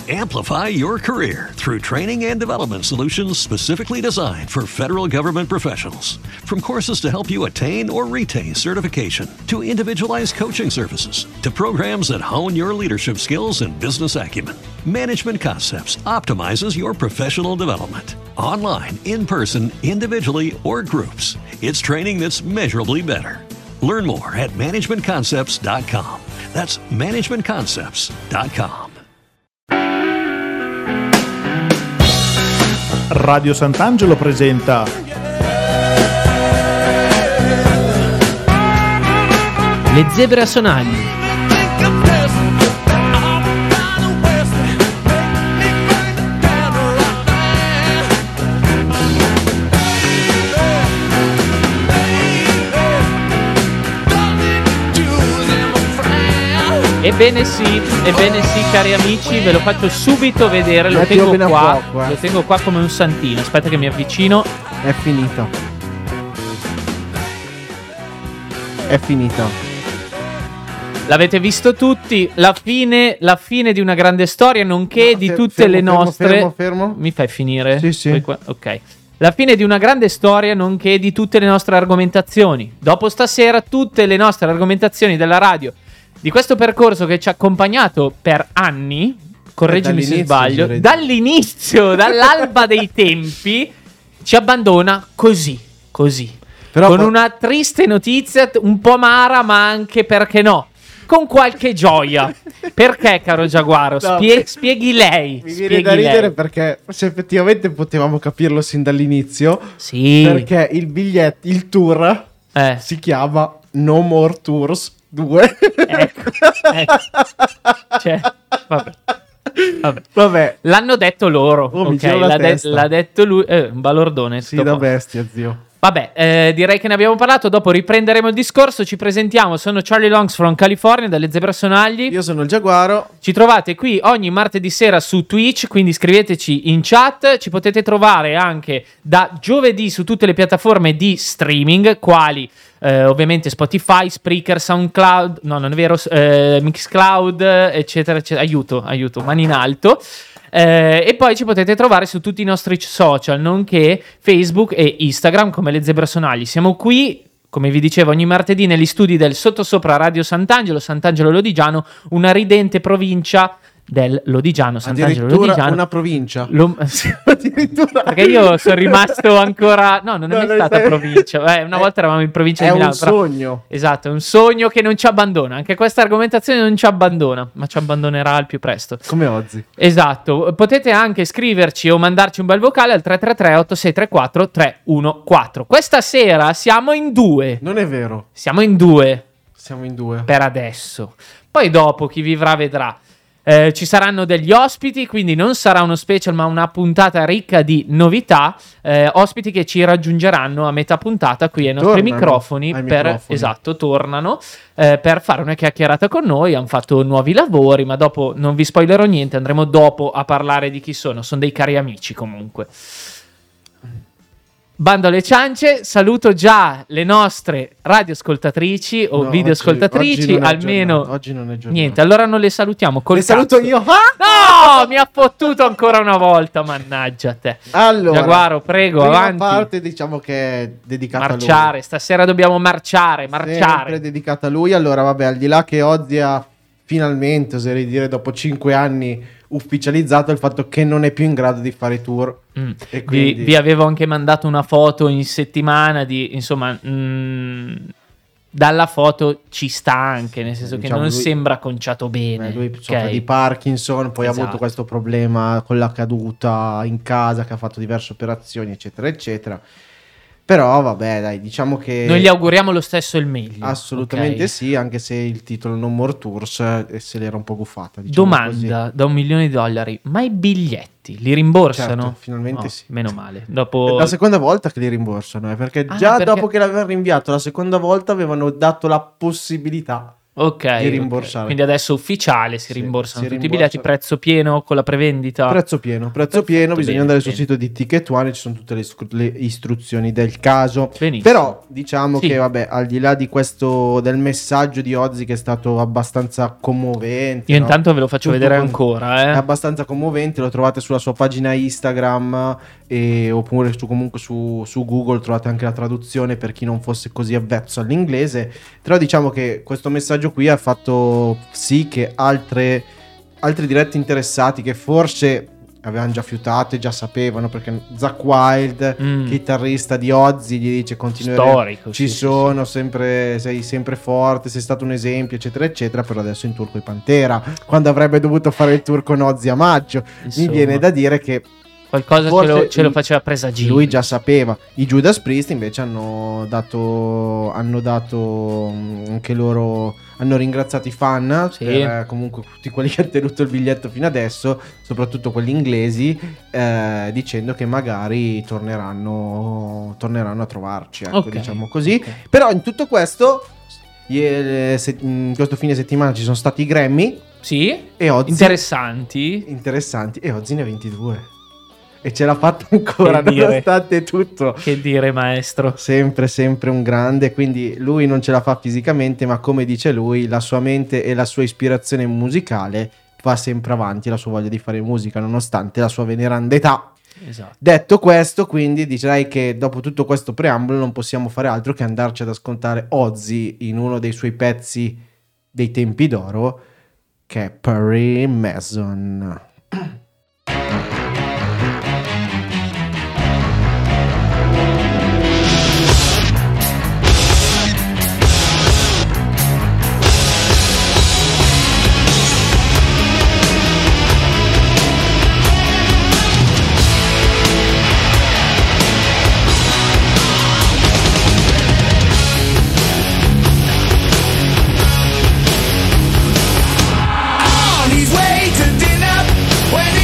Amplify your career through training and development solutions specifically designed for federal government professionals. From courses to help you attain or retain certification, to individualized coaching services, to programs that hone your leadership skills and business acumen, Management Concepts optimizes your professional development. Online, in person, individually, or groups, it's training that's measurably better. Learn more at managementconcepts.com. That's managementconcepts.com. Radio Sant'Angelo presenta Le zebre a sonagli. Ebbene sì, cari amici, ve lo faccio subito vedere, lo tengo qua, lo tengo qua come un santino. Aspetta che mi avvicino. È finito. L'avete visto tutti, la fine di una grande storia, nonché di tutte le nostre... Fermo. Mi fai finire? Sì. Ok. La fine di una grande storia, nonché di tutte le nostre argomentazioni. Dopo stasera, tutte le nostre argomentazioni della radio, di questo percorso che ci ha accompagnato per anni, correggimi se sbaglio, dall'inizio, dall'alba dei tempi, ci abbandona così. Però con una triste notizia, un po' amara, ma anche, perché no, con qualche gioia. Perché, caro Giaguaro? Spieghi lei. Mi viene da ridere perché se effettivamente potevamo capirlo sin dall'inizio. Sì. Perché il tour si chiama No More Tours 2. Ecco. Cioè, vabbè. L'hanno detto loro. Ok, l'ha detto lui. Un balordone. Sì, da bestia, zio. Vabbè, direi che ne abbiamo parlato. Dopo riprenderemo il discorso. Ci presentiamo. Sono Charlie Longs from California, dalle Zebre a Sonagli. Io sono il Giaguaro. Ci trovate qui ogni martedì sera su Twitch, quindi iscriveteci in chat. Ci potete trovare anche da giovedì su tutte le piattaforme di streaming, quali ovviamente Spotify, Spreaker, SoundCloud, no, non è vero, Mixcloud, eccetera. Aiuto, mani in alto. E poi ci potete trovare su tutti i nostri social, nonché Facebook e Instagram come Le Zebre a Sonagli. Siamo qui, come vi dicevo, ogni martedì negli studi del Sottosopra Radio Sant'Angelo Lodigiano, una ridente provincia del Lodigiano, Sant'Angelo Lodigiano. Una provincia. Addirittura. Perché io sono rimasto ancora... No, non è mai stata provincia. Una volta eravamo in provincia di Milano. È un sogno. Esatto, è un sogno che non ci abbandona. Anche questa argomentazione non ci abbandona, ma ci abbandonerà al più presto. Come oggi. Esatto. Potete anche scriverci o mandarci un bel vocale al 333-8634-314. Questa sera siamo in due. Non è vero. Siamo in due. Per adesso. Poi dopo chi vivrà vedrà. Ci saranno degli ospiti, quindi non sarà uno special ma una puntata ricca di novità, ospiti che ci raggiungeranno a metà puntata qui ai nostri microfoni. Esatto, tornano per fare una chiacchierata con noi. Hanno fatto nuovi lavori, ma dopo non vi spoilerò niente, andremo dopo a parlare di chi sono dei cari amici comunque. Bando alle ciance, saluto già le nostre radioascoltatrici o videoascoltatrici, almeno oggi non è giornata. Niente, allora non le salutiamo. Saluto io. No, mi ha fottuto ancora una volta, mannaggia a te. Allora, Giaguaro, prego, avanti. La parte diciamo che è dedicata a lui. Stasera dobbiamo marciare. Sempre dedicata a lui. Allora, vabbè, al di là che oggi ha finalmente, oserei dire, dopo 5 anni ufficializzato il fatto che non è più in grado di fare tour. E quindi... vi avevo anche mandato una foto in settimana di, insomma, dalla foto ci sta anche, nel senso che non sembra conciato bene. Lui soffre di Parkinson, poi ha avuto questo problema con la caduta in casa, che ha fatto diverse operazioni, eccetera, eccetera. Però vabbè, dai, diciamo che noi gli auguriamo lo stesso il meglio. Assolutamente sì, anche se il titolo No More Tours se l'era un po' guffata, diciamo. Domanda così. Da $1 milione, ma i biglietti li rimborsano? Certo, finalmente sì. Meno male. Dopo... La seconda volta che li rimborsano, perché dopo che l'avevano rinviato la seconda volta avevano dato la possibilità Ok, di rimborsare. Quindi adesso ufficiale, si Sì, rimborsano si tutti i rimborsa. biglietti, prezzo pieno con la prevendita. Prezzo pieno, bisogna bene, andare sul bene. sito di Ticket One, ci sono tutte le istruzioni del caso. Benissimo. Però diciamo Sì. che vabbè, al di là di questo, del messaggio di Ozzy che è stato abbastanza commovente. Io no? intanto ve lo faccio Tutto vedere con- ancora. È abbastanza commovente, lo trovate sulla sua pagina Instagram oppure comunque su Google trovate anche la traduzione per chi non fosse così avvezzo all'inglese. Però diciamo che questo messaggio qui ha fatto sì che altri diretti interessati che forse avevano già fiutato e già sapevano, perché Zakk Wylde, chitarrista di Ozzy, gli dice continueremo, Storico, ci sì, sono sempre, sei sempre forte, sei stato un esempio eccetera eccetera, però adesso in tour con i Pantera, quando avrebbe dovuto fare il tour con Ozzy a maggio. Insomma. Mi viene da dire che Qualcosa forse ce lo faceva presagire. lui già sapeva. I Judas Priest invece hanno dato anche loro, hanno ringraziato i fan Sì. per comunque tutti quelli che hanno tenuto il biglietto fino adesso, soprattutto quelli inglesi, dicendo che magari torneranno a trovarci, ecco, Ok, diciamo così. ok. Però in tutto questo in questo fine settimana ci sono stati i Grammy Sì, e Ozzy interessanti. e Ozzy ne ha 22 e ce l'ha fatta ancora Che dire. nonostante tutto. Che dire, maestro. Sempre un grande, quindi lui non ce la fa fisicamente, ma come dice lui, la sua mente e la sua ispirazione musicale va sempre avanti, la sua voglia di fare musica nonostante la sua veneranda età. Esatto. Detto questo, quindi direi che dopo tutto questo preambolo non possiamo fare altro che andarci ad ascoltare Ozzy in uno dei suoi pezzi dei tempi d'oro, che è Perry Mason. On his way to dinner when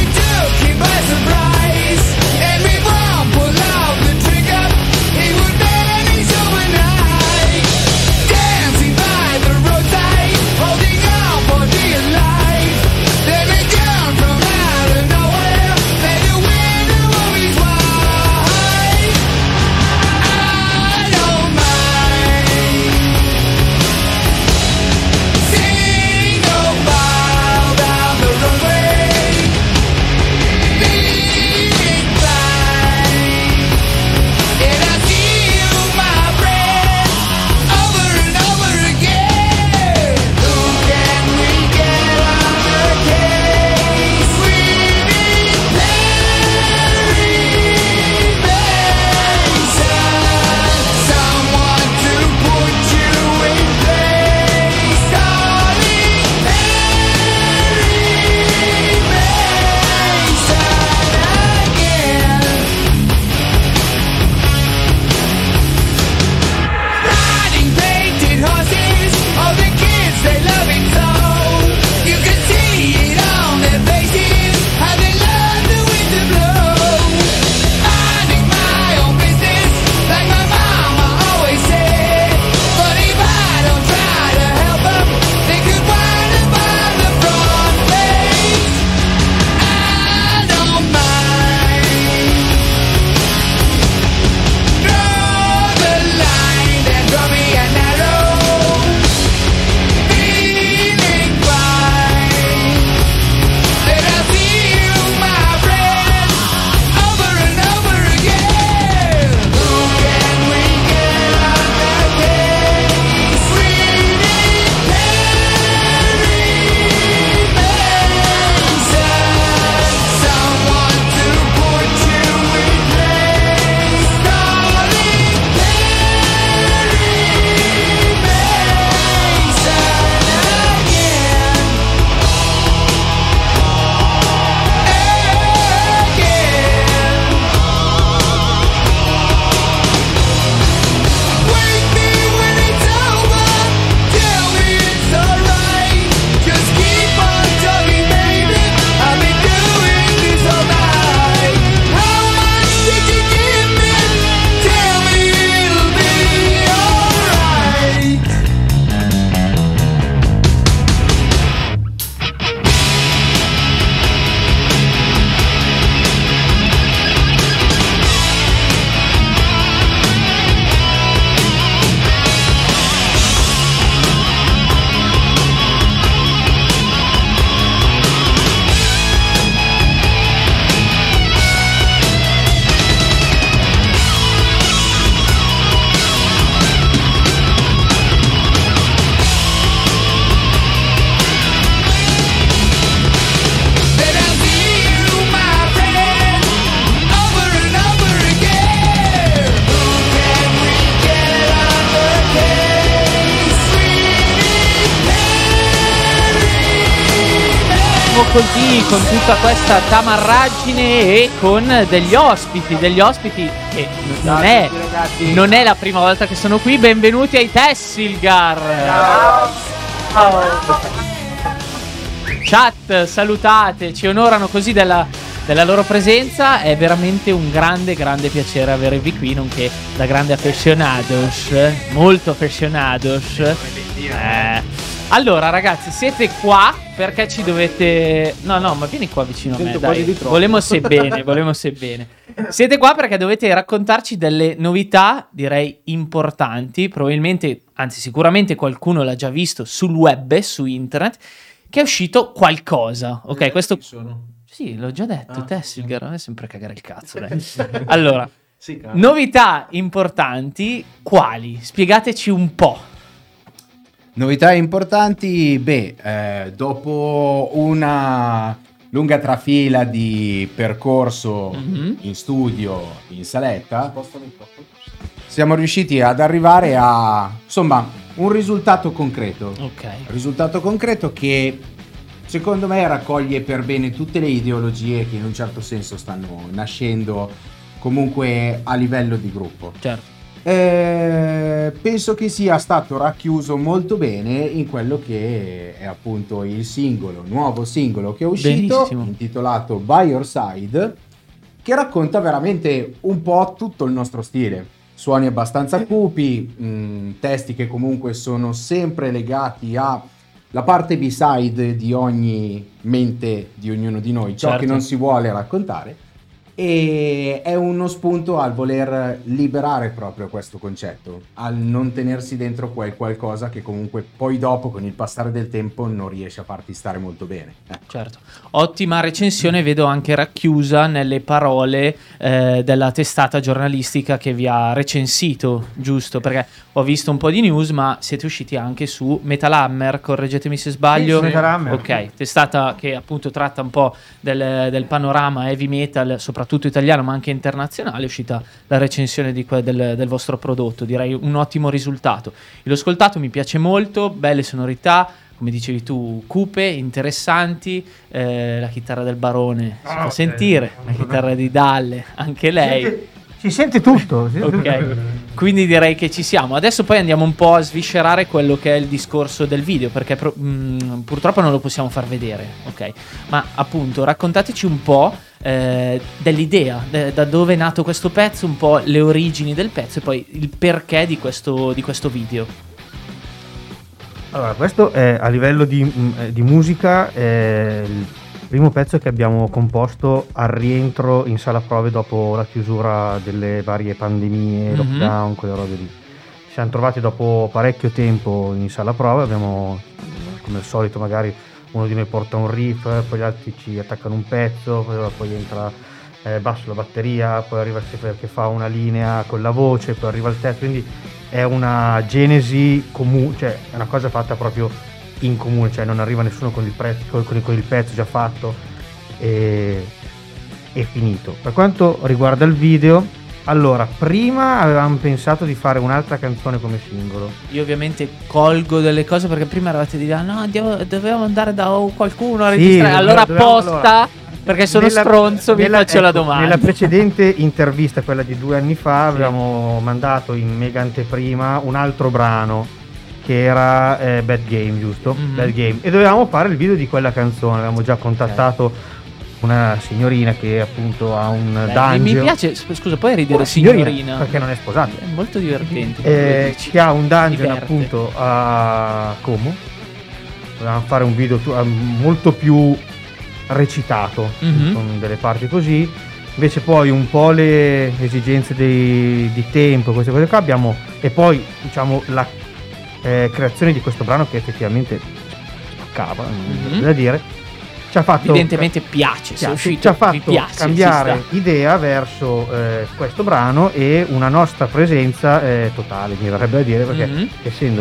così con tutta questa tamarragine e con degli ospiti che non è la prima volta che sono qui. Benvenuti ai Tessilgar. Chat, salutate, ci onorano così della loro presenza. È veramente un grande piacere avervi qui, nonché da grande aficionados, molto aficionados. Allora ragazzi, siete qua perché ci dovete... No, ma vieni qua vicino a me, dai. Volemo sebbene. Siete qua perché dovete raccontarci delle novità, direi importanti, probabilmente, anzi sicuramente qualcuno l'ha già visto sul web, su internet, che è uscito qualcosa. Ok, questo... Sì, l'ho già detto, Tessilgar, non è sempre cagare il cazzo, dai. Allora, novità importanti, quali? Spiegateci un po'. Novità importanti, dopo una lunga trafila di percorso in studio, in saletta, siamo riusciti ad arrivare a, insomma, un risultato concreto. Ok. Risultato concreto che secondo me raccoglie per bene tutte le ideologie che in un certo senso stanno nascendo comunque a livello di gruppo. Certo. Penso che sia stato racchiuso molto bene in quello che è appunto il nuovo singolo che è uscito, benissimo, intitolato By Your Side, che racconta veramente un po' tutto il nostro stile. Suoni abbastanza cupi, testi che comunque sono sempre legati a la parte B-side di ogni mente di ognuno di noi, ciò che non si vuole raccontare. E è uno spunto al voler liberare proprio questo concetto, al non tenersi dentro qualcosa che comunque poi dopo con il passare del tempo non riesce a farti stare molto bene. Certo, ottima recensione, vedo anche racchiusa nelle parole della testata giornalistica che vi ha recensito, giusto? Perché ho visto un po' di news, ma siete usciti anche su Metal Hammer, correggetemi se sbaglio. Sì, Metal Hammer. Ok, testata che appunto tratta un po' del panorama heavy metal, soprattutto italiano ma anche internazionale. È uscita la recensione del vostro prodotto, direi un ottimo risultato. L'ho ascoltato, mi piace molto, belle sonorità, come dicevi tu, cupe, interessanti, la chitarra del Barone si fa sentire, la chitarra di Dalle, anche lei. Si sente tutto. Ok, quindi direi che ci siamo. Adesso poi andiamo un po' a sviscerare quello che è il discorso del video, perché purtroppo non lo possiamo far vedere, ok? Ma appunto raccontateci un po' dell'idea, da dove è nato questo pezzo, un po' le origini del pezzo e poi il perché di questo video. Allora, questo è a livello di musica il primo pezzo che abbiamo composto al rientro in sala prove dopo la chiusura delle varie pandemie, lockdown, quelle robe lì. Ci siamo trovati dopo parecchio tempo in sala prove, abbiamo, come al solito, magari uno di noi porta un riff, poi gli altri ci attaccano un pezzo, poi entra basso la batteria, poi arriva il Sefer che fa una linea con la voce, poi arriva il testo, quindi è una genesi comune, cioè è una cosa fatta proprio in comune, cioè non arriva nessuno con il pezzo già fatto e finito. Per quanto riguarda il video, allora prima avevamo pensato di fare un'altra canzone come singolo. Io ovviamente colgo delle cose perché prima eravate di là, no, dovevamo andare da qualcuno a registrare, allora apposta perché sono stronzo vi faccio la domanda. Nella precedente intervista, quella di 2 anni fa, avevamo mandato in mega anteprima un altro brano che era Bad Game, giusto? Bad Game, e dovevamo fare il video di quella canzone. Avevamo già contattato una signorina che appunto ha un dungeon. Mi piace, scusa, puoi ridere signorina? Perché non è sposata. È molto divertente. Che ha un dungeon appunto a Como. Dovevamo fare un video molto più recitato, con delle parti così. Invece poi un po' le esigenze di tempo, queste cose qua abbiamo, e poi diciamo la creazione di questo brano che effettivamente spaccava, da dire, ci ha fatto evidentemente piace, ci ha fatto cambiare idea verso questo brano e una nostra presenza totale, mi verrebbe da dire, perché essendo il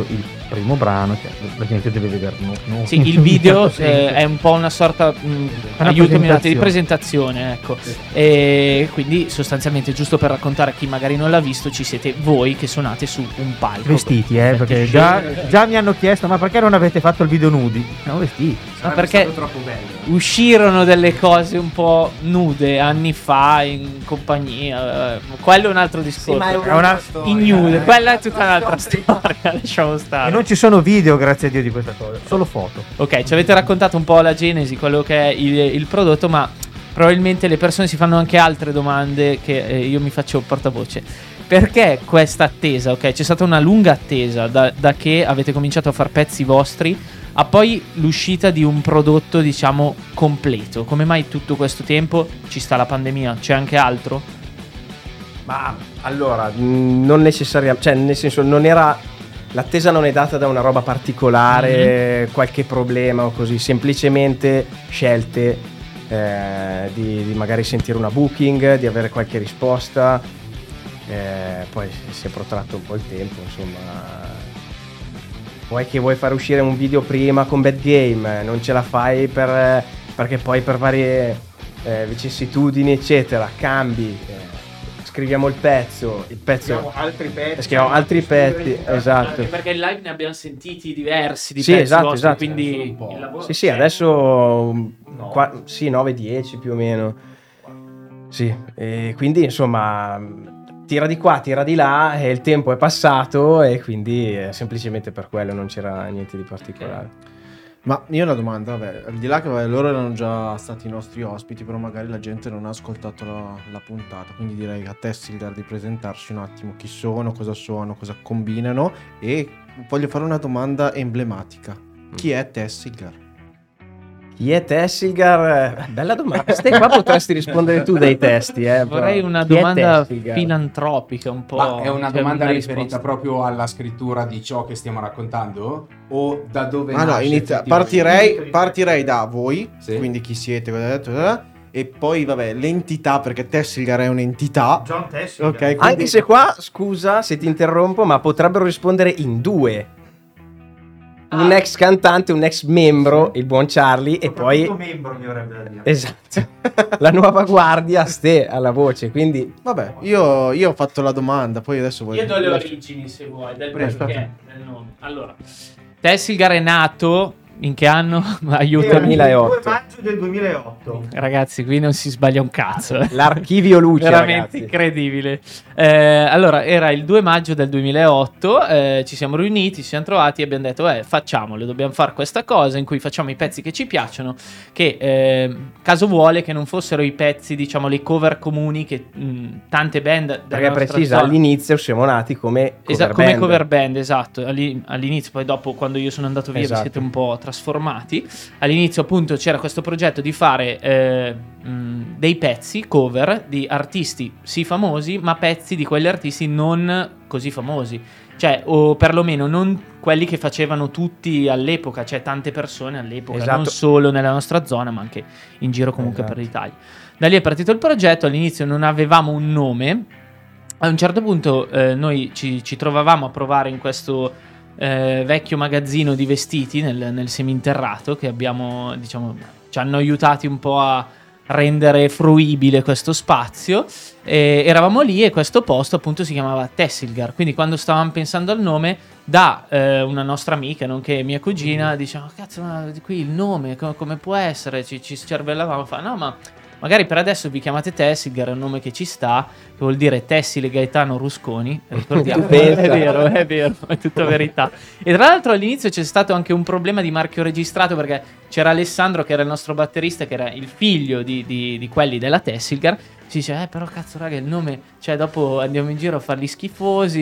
primo brano, cioè, la gente deve vederlo. No? Sì, il video Sempre. è un po' una sorta, Una aiutami un attimo, di presentazione, ecco. E quindi sostanzialmente, giusto per raccontare a chi magari non l'ha visto, ci siete voi che suonate su un palco. Vestiti, perché già mi hanno chiesto, ma perché non avete fatto il video nudi? Siamo vestiti. Ma perché stato troppo bello. uscirono delle cose un po' nude anni fa in compagnia, quello è un altro discorso. ma è una storia, ignude, quella è tutta un'altra storia, lasciamo E stare. non ci sono video, grazie a Dio, di questa cosa, solo foto. Ok, ci avete raccontato un po' la genesi, quello che è il prodotto, ma probabilmente le persone si fanno anche altre domande che io mi faccio portavoce. Perché questa attesa? Ok, c'è stata una lunga attesa da che avete cominciato a far pezzi vostri a poi l'uscita di un prodotto, diciamo, completo. Come mai tutto questo tempo? Ci sta la pandemia, c'è anche altro? Ma allora, non necessariamente, cioè nel senso non era, l'attesa non è data da una roba particolare, qualche problema o così, semplicemente scelte di magari sentire una booking, di avere qualche risposta, poi si è protratto un po' il tempo, insomma. Vuoi fare uscire un video prima con Bad Game, non ce la fai perché poi per varie vicissitudini eccetera cambi, scriviamo il pezzo Abbiamo altri pezzi, esatto. Anche perché in live ne abbiamo sentiti diversi di Sì, pezzi esatto, vostri, esatto. quindi Solo un po'. il lavoro Sì, c'è. adesso 9-10 più o meno. Sì, e quindi insomma tira di qua, tira di là e il tempo è passato e quindi semplicemente per quello non c'era niente di particolare. Ma io ho una domanda, vabbè, al di là che loro erano già stati i nostri ospiti, però magari la gente non ha ascoltato la puntata, quindi direi a te Silgar di presentarci un attimo chi sono, cosa combinano, e voglio fare una domanda emblematica. Chi è Tessilgar? Chi è Tessilgar? Bella domanda. Queste qua potresti rispondere tu dei testi. Vorrei una Chi è domanda Tessilgar? filantropica un po'. Ma è una cioè, domanda una riferita risposta. proprio alla scrittura di ciò che stiamo raccontando? O da dove Ah no, nasce partirei da voi, Sì. quindi chi siete, cosa avete detto, e poi vabbè l'entità, perché Tessilgar è un'entità. John Tessilgar. Ok, quindi- Anche se qua, scusa se ti interrompo, ma potrebbero rispondere in due. Un ex cantante, un ex membro, il buon Charlie, e poi membro mi avrebbe da dire. esatto, la nuova guardia Ste alla voce, quindi Vabbè, io ho fatto la domanda, poi adesso voglio... Io do le origini se vuoi, del Prego. perché del nome. Allora, Tessilgar è nato in che anno? Aiutami. 2008. 2 maggio del 2008. Ragazzi, qui non si sbaglia un cazzo. l'archivio luce, Veramente ragazzi. incredibile. Allora, era il 2 maggio del 2008, ci siamo riuniti, ci siamo trovati e abbiamo detto, facciamolo, dobbiamo fare questa cosa in cui facciamo i pezzi che ci piacciono, che caso vuole che non fossero i pezzi, diciamo, le cover comuni che tante band della Perché nostra precisa, zona- all'inizio siamo nati come cover come band. cover band, esatto. All'inizio, poi dopo, quando io sono andato via, Esatto. vi siete un po' trasformati. All'inizio, appunto, c'era questo progetto di fare dei pezzi cover di artisti sì famosi, ma pezzi di quegli artisti non così famosi. Cioè, o perlomeno non quelli che facevano tutti all'epoca, cioè tante persone all'epoca, Esatto. non solo nella nostra zona, ma anche in giro comunque Esatto. per l'Italia. Da lì è partito il progetto. All'inizio non avevamo un nome. A un certo punto noi ci trovavamo a provare in questo vecchio magazzino di vestiti nel seminterrato che abbiamo, diciamo, ci hanno aiutati un po' a rendere fruibile questo spazio. Eravamo lì e questo posto appunto si chiamava Tessilgar. Quindi quando stavamo pensando al nome, da una nostra amica, nonché mia cugina, diciamo, cazzo, ma qui il nome come può essere? Ci scervellavamo, fa no, ma magari per adesso vi chiamate Tessilgar, è un nome che ci sta, che vuol dire Tessile Gaetano Rusconi. Ricordiamo, Tu pensa. è vero, è tutta verità. E tra l'altro all'inizio c'è stato anche un problema di marchio registrato, perché c'era Alessandro, che era il nostro batterista, che era il figlio di quelli della Tessilgar. Si dice, però cazzo raga, il nome, cioè dopo andiamo in giro a farli schifosi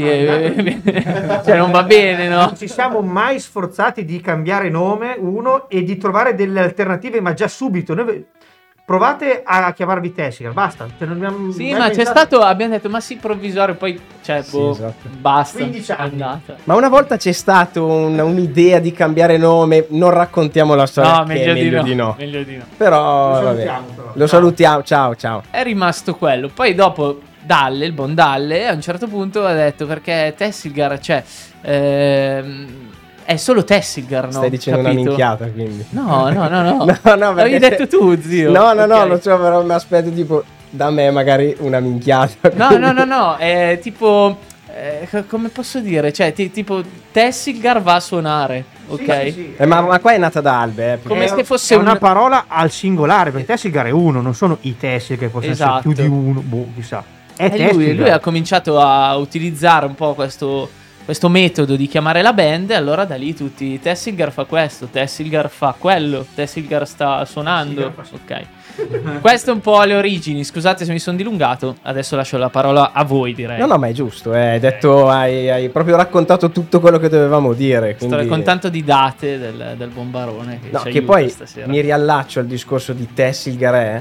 cioè non va bene, no? Non ci siamo mai sforzati di cambiare nome, e di trovare delle alternative, ma già subito. Provate a chiamarvi Tessilgar, basta. Cioè, non abbiamo Sì, mai ma c'è pensato- stato, abbiamo detto, ma sì, provvisorio, poi, cioè, Sì, boh, esatto. basta, 15 è anni. andata. Ma una volta c'è stato un'idea di cambiare nome, non raccontiamo la storia, No, che è meglio di no. meglio di no. Però Lo vabbè. salutiamo, però. Lo salutiamo, ciao. È rimasto quello. Poi dopo Dalle, il buon Dalle, a un certo punto ha detto, perché Tessilgar, cioè, È solo Tessilgar, no? Stai dicendo Capito? una minchiata, quindi. No. No, L'avevi detto tu, zio. No, Ok. lo so, però mi aspetto tipo da me magari una minchiata. No, è tipo... come posso dire? Cioè, tipo Tessilgar va a suonare, ok? Sì. Ma qua è nata da Albe, Come È- se fosse è una parola al singolare, perché Tessilgar è uno, non sono i Tessil che possono essere Esatto. più di uno, boh, chissà. È E lui Tessilgar. ha cominciato a utilizzare un po' questo metodo di chiamare la band, e allora da lì tutti Tessilgar fa questo, Tessilgar fa quello, Tessilgar sta suonando. Ok. Questo è un po' le origini. Scusate se mi sono dilungato. Adesso lascio la parola a voi, direi. No, ma è giusto, hai detto, hai proprio raccontato tutto quello che dovevamo dire. Sto Quindi... con tanto di date del Bombarone che No, ci che aiuta poi stasera. mi riallaccio al discorso di Tessilgar.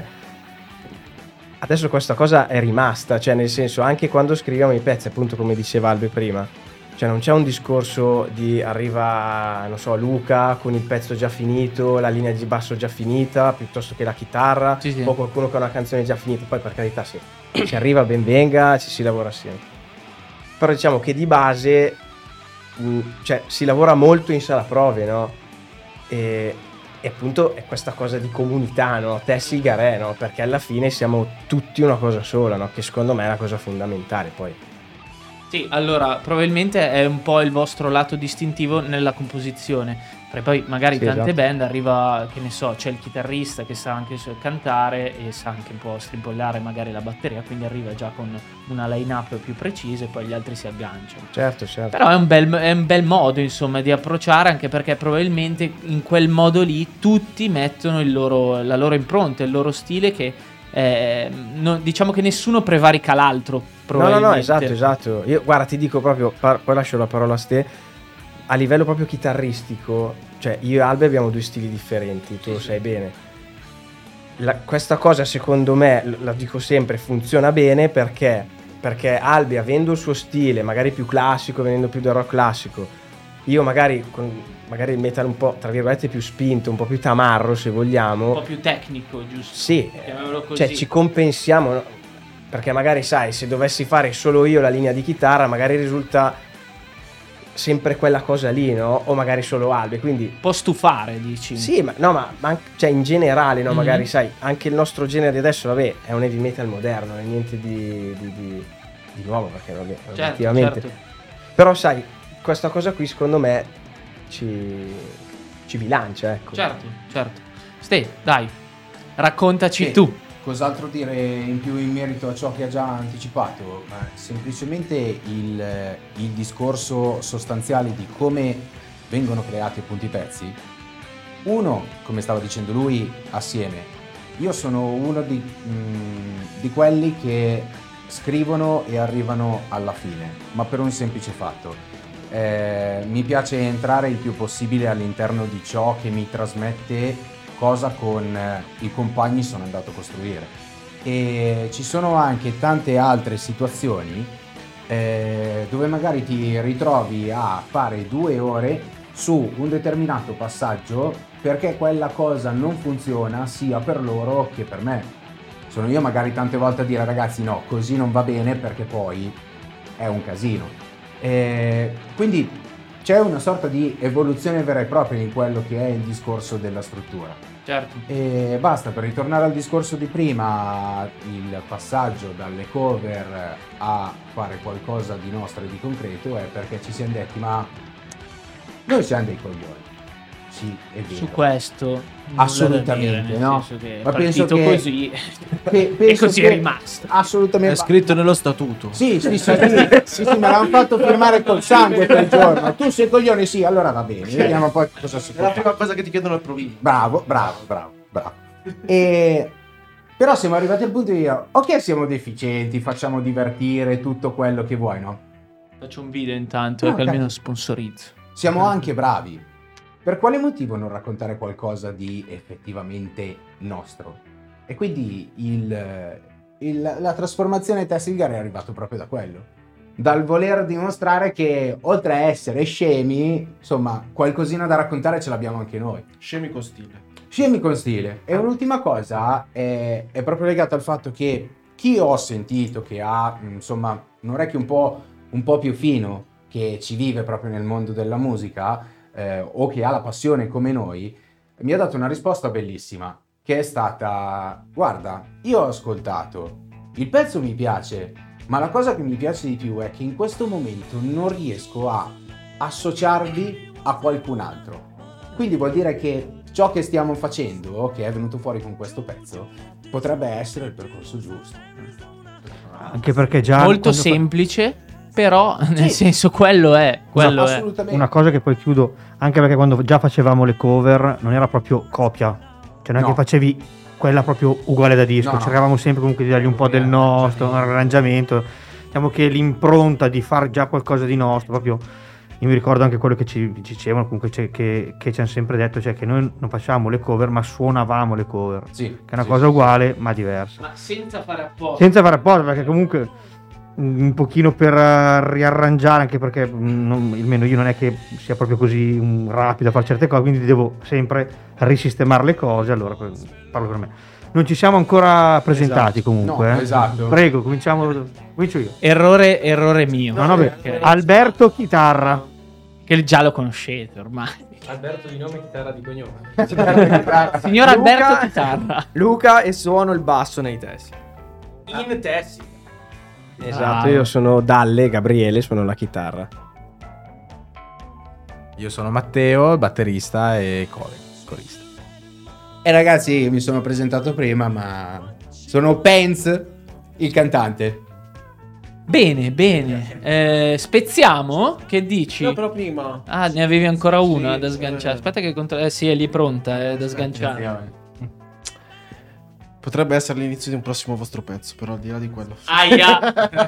Adesso questa cosa è rimasta, cioè nel senso, anche quando scriviamo i pezzi, appunto come diceva Albe prima, cioè non c'è un discorso di arriva, non so, Luca con il pezzo già finito, la linea di basso già finita, piuttosto che la chitarra, Sì. o qualcuno che ha una canzone già finita. Poi per carità sì, ci arriva, ben venga, ci si lavora assieme. Però diciamo che di base cioè, si lavora molto in sala prove, no? E appunto è questa cosa di comunità, no? Tessilgar, no? Perché alla fine siamo tutti una cosa sola, no? Che secondo me è una cosa fondamentale poi. Sì, allora probabilmente è un po' il vostro lato distintivo nella composizione. Perché poi magari Sì, tante esatto. band arriva, che ne so, c'è il chitarrista che sa anche cantare e sa anche un po' strimbollare magari la batteria, quindi arriva già con una line-up più precisa e poi gli altri si agganciano. Certo. Però è un bel modo, insomma, di approcciare, anche perché probabilmente in quel modo lì tutti mettono la loro impronta, il loro stile, che diciamo che nessuno prevarica l'altro, probabilmente. No, esatto. Io guarda, ti dico proprio, poi lascio la parola a ste. A livello proprio chitarristico, cioè io e Albe abbiamo due stili differenti, tu lo sai bene. Questa cosa secondo me, la dico sempre, funziona bene perché Albe, avendo il suo stile magari più classico, venendo più del rock classico, io magari con il metal un po' tra virgolette più spinto, un po' più tamarro se vogliamo, Un po' più tecnico, giusto? sì, Chiamiamolo così. cioè ci compensiamo, no? Perché magari sai, se dovessi fare solo io la linea di chitarra magari risulta sempre quella cosa lì, no? O magari solo Albe, quindi Può stufare, dici? sì, ma cioè in generale, no? Mhm. Magari sai, anche il nostro genere di adesso, vabbè, è un heavy metal moderno, non è niente di nuovo, perché vabbè, obiettivamente. certo. Però sai, questa cosa qui secondo me ci bilancia, ecco. Certo. Ste, dai, raccontaci Sì. tu. Cos'altro dire in più in merito a ciò che ha già anticipato? Semplicemente il discorso sostanziale di come vengono creati appunto i pezzi. Uno, come stava dicendo lui, assieme. Io sono uno di quelli che scrivono e arrivano alla fine, ma per un semplice fatto. Mi piace entrare il più possibile all'interno di ciò che mi trasmette cosa con i compagni sono andato a costruire. E ci sono anche tante altre situazioni dove magari ti ritrovi a fare 2 ore su un determinato passaggio perché quella cosa non funziona sia per loro che per me. Sono io magari tante volte a dire ragazzi no, così non va bene perché poi è un casino. Quindi c'è una sorta di evoluzione vera e propria in quello che è il discorso della struttura. Certo. E basta, per ritornare al discorso di prima, il passaggio dalle cover a fare qualcosa di nostro e di concreto è perché ci siamo detti ma noi siamo dei coglioni. Sì, è vero. Su questo Assolutamente, nulla da dire, no? nel senso che è Ma penso partito che- così Che e penso così che- è rimasto. Assolutamente. È scritto nello statuto. Sì, me l'hanno fatto firmare col sangue quel giorno. Tu sei coglione, sì, allora va bene. Vediamo poi cosa si È può la fare. prima cosa che ti chiedono al provino. Bravo. Però siamo arrivati al punto di dire, ok, siamo deficienti, facciamo divertire tutto quello che vuoi, no? Faccio un video intanto, No, che almeno cazzo. sponsorizzo. Siamo anche bravi. Per quale motivo non raccontare qualcosa di effettivamente nostro? E quindi la trasformazione Tessilgar è arrivato proprio da quello. Dal voler dimostrare che oltre a essere scemi, insomma, qualcosina da raccontare ce l'abbiamo anche noi. Scemi con stile. Scemi con stile. E un'ultima cosa è proprio legata al fatto che chi ho sentito che ha, insomma, un orecchio un po' più fino, che ci vive proprio nel mondo della musica, o che ha la passione come noi, mi ha dato una risposta bellissima, che è stata: guarda, io ho ascoltato, il pezzo mi piace, ma la cosa che mi piace di più è che in questo momento non riesco a associarvi a qualcun altro. Quindi vuol dire che ciò che stiamo facendo, che è venuto fuori con questo pezzo, potrebbe essere il percorso giusto. Anche perché già Molto semplice, però nel senso quello è. Assolutamente. una cosa che poi chiudo, anche perché quando già facevamo le cover non era proprio copia, cioè non è No. che facevi quella proprio uguale da disco, No, no. cercavamo sempre comunque di dargli un po' del nostro, un arrangiamento, diciamo che l'impronta di fare già qualcosa di nostro, proprio io mi ricordo anche quello che ci dicevano, comunque che ci hanno sempre detto, cioè che noi non facciamo le cover ma suonavamo le cover, Sì, che è una cosa uguale ma diversa, Ma senza fare apposta. senza fare apposta, perché comunque un pochino per riarrangiare, anche perché almeno io non è che sia proprio così rapido a fare certe cose, quindi devo sempre risistemare le cose. Allora parlo per me, non ci siamo ancora presentati comunque. No, esatto. Prego, comincio io. Errore mio. No, beh, Perché- Alberto chitarra. che già lo conoscete ormai. Alberto di nome, chitarra di cognome. Signor Alberto chitarra. Luca, e suono il basso nei testi. In testi. Esatto, Bravo. io sono Dalle, Gabriele, suono la chitarra. Io sono Matteo, il batterista e corista. E ragazzi, io mi sono presentato prima, ma sono Pence, il cantante. Bene. Spezziamo? Che dici? No, però prima. Ah, ne avevi ancora una da sganciare. Aspetta che sì, è lì pronta, è da sganciare. Potrebbe essere l'inizio di un prossimo vostro pezzo, però al di là di quello. Aia.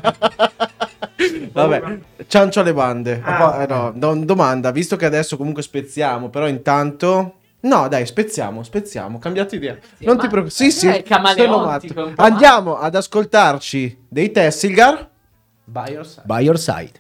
Vabbè, ciancio alle bande. Domanda, visto che adesso comunque spezziamo, però intanto... No, dai, spezziamo, cambiate idea. Non ti preoccupare. Sì, sì, camaleontico, sono un po'. Andiamo ad ascoltarci dei Tessilgar. By your side. By your side.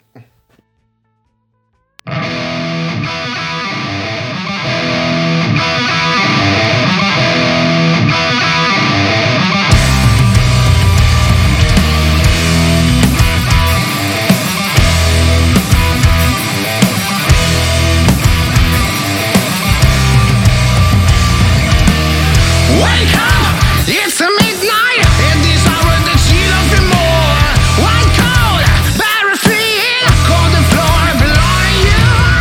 Wake up! It's a midnight, and these are the chill of the more. One cold, barren feet, cold the floor below you.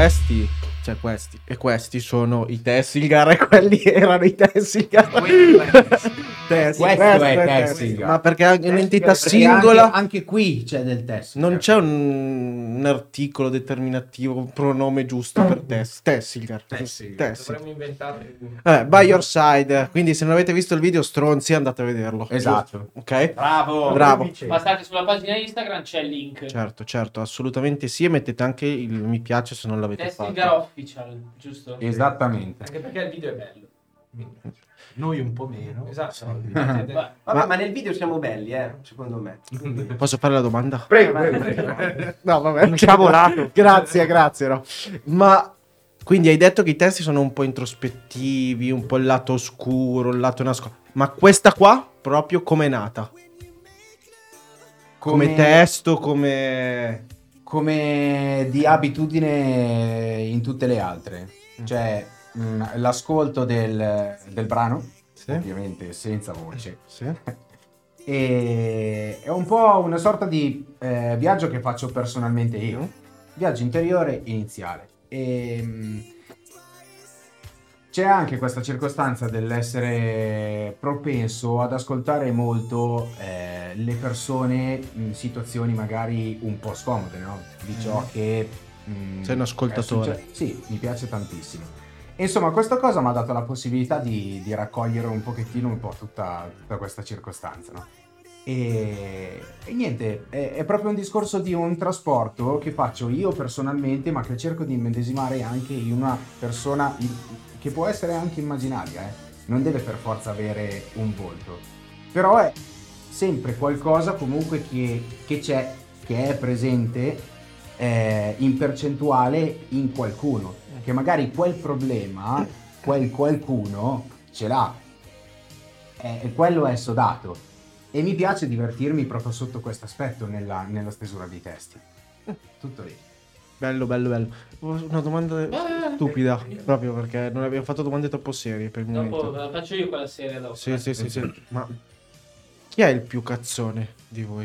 questi sono i Tessilgar e quelli erano i Tessilgar. Questo è Tessilgar. Ma perché è un'entità Perché singola? anche qui c'è del Tessilgar. Non c'è un articolo determinativo, un pronome giusto per Tessilgar. Dovremmo inventare. By Your Side. Quindi se non avete visto il video, stronzi, andate a vederlo. Esatto. Ok? Bravo. Passate sulla pagina Instagram, c'è il link. Certo, assolutamente sì. E mettete anche il mi piace se non l'avete Tessilgar fatto. Official, giusto? Esattamente. Anche perché il video è bello. Noi un po' meno. Esatto. Vabbè, ma nel video siamo belli, secondo me. Posso fare la domanda? Prego. No, vabbè. Un sciavolato. Grazie, no. Ma quindi hai detto che i testi sono un po' introspettivi, un po' il lato oscuro, il lato nascosto. Ma questa qua proprio com'è nata? Come testo, come di abitudine in tutte le altre. Cioè, l'ascolto del brano, ovviamente senza voce. Sì. E è un po' una sorta di viaggio che faccio personalmente io. Viaggio interiore iniziale. E c'è anche questa circostanza dell'essere propenso ad ascoltare molto le persone in situazioni magari un po' scomode, no? Di ciò che sei un ascoltatore. Sì, mi piace tantissimo. E insomma, questa cosa mi ha dato la possibilità di raccogliere un pochettino un po' tutta questa circostanza, no? E niente, è proprio un discorso di un trasporto che faccio io personalmente, ma che cerco di immedesimare anche in una persona che può essere anche immaginaria, non deve per forza avere un volto, però è sempre qualcosa comunque che c'è, che è presente in percentuale in qualcuno, che magari quel problema, quel qualcuno ce l'ha, e quello è sodato. E mi piace divertirmi proprio sotto questo aspetto nella stesura dei testi. Tutto lì. Bello. Una domanda stupida, proprio perché non abbiamo fatto domande troppo serie per il momento. Dopo la faccio io quella serie dopo. Sì. Ma chi è il più cazzone di voi?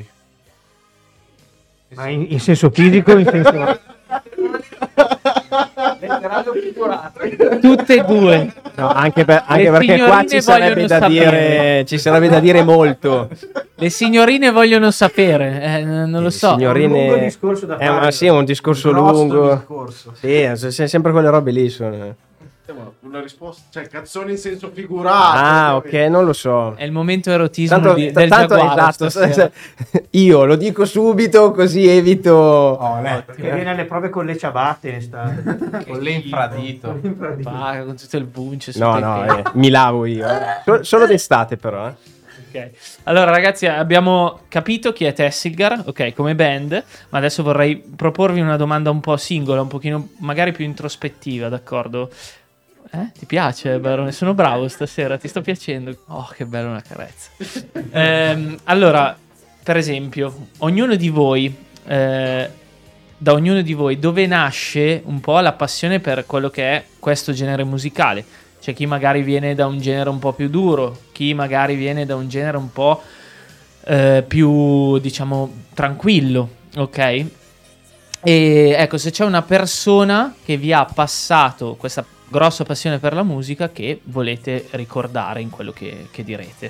Ma in senso fisico o in senso... Letterale o figurato? Tutte e due. No, anche perché qua ci sarebbe da dire molto. Le signorine vogliono sapere, non lo so. Signorine, È un lungo discorso da fare. Sì, è un discorso lungo. Sì, sempre quelle robe lì sono. Una risposta, cioè cazzone in senso figurato. Ok, non lo so. È il momento erotismo del tanto giaguaro esatto, stasera. io lo dico subito così evito. Che viene alle prove con le ciabatte in estate. Con l'infradito. Va, con tutto il bunch. No, mi lavo io. Solo d'estate però. Ok. Allora ragazzi, abbiamo capito chi è Tessilgar, ok, come band, ma adesso vorrei proporvi una domanda un po' singola, un pochino magari più introspettiva, d'accordo? Ti piace, Barone? Sono bravo stasera, ti sto piacendo. Oh, che bella una carezza. Allora, per esempio, ognuno di voi, da ognuno di voi, dove nasce un po' la passione per quello che è questo genere musicale? C'è chi magari viene da un genere un po' più duro, chi magari viene da un genere un po' più, diciamo, tranquillo, ok? E ecco, se c'è una persona che vi ha passato questa grossa passione per la musica che volete ricordare in quello che direte.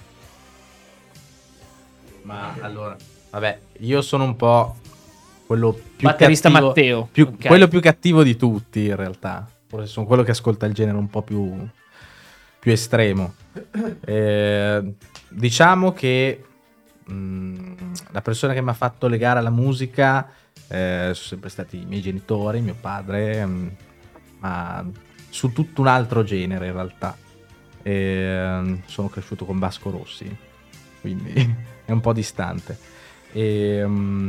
Ma allora, vabbè, io sono un po' quello più batterista cattivo, Matteo, ok. quello più cattivo di tutti in realtà. Forse sono quello che ascolta il genere un po' più estremo. Diciamo che la persona che mi ha fatto legare alla musica sono sempre stati i miei genitori, mio padre, ma su tutto un altro genere in realtà. Sono cresciuto con Vasco Rossi, quindi è un po' distante. E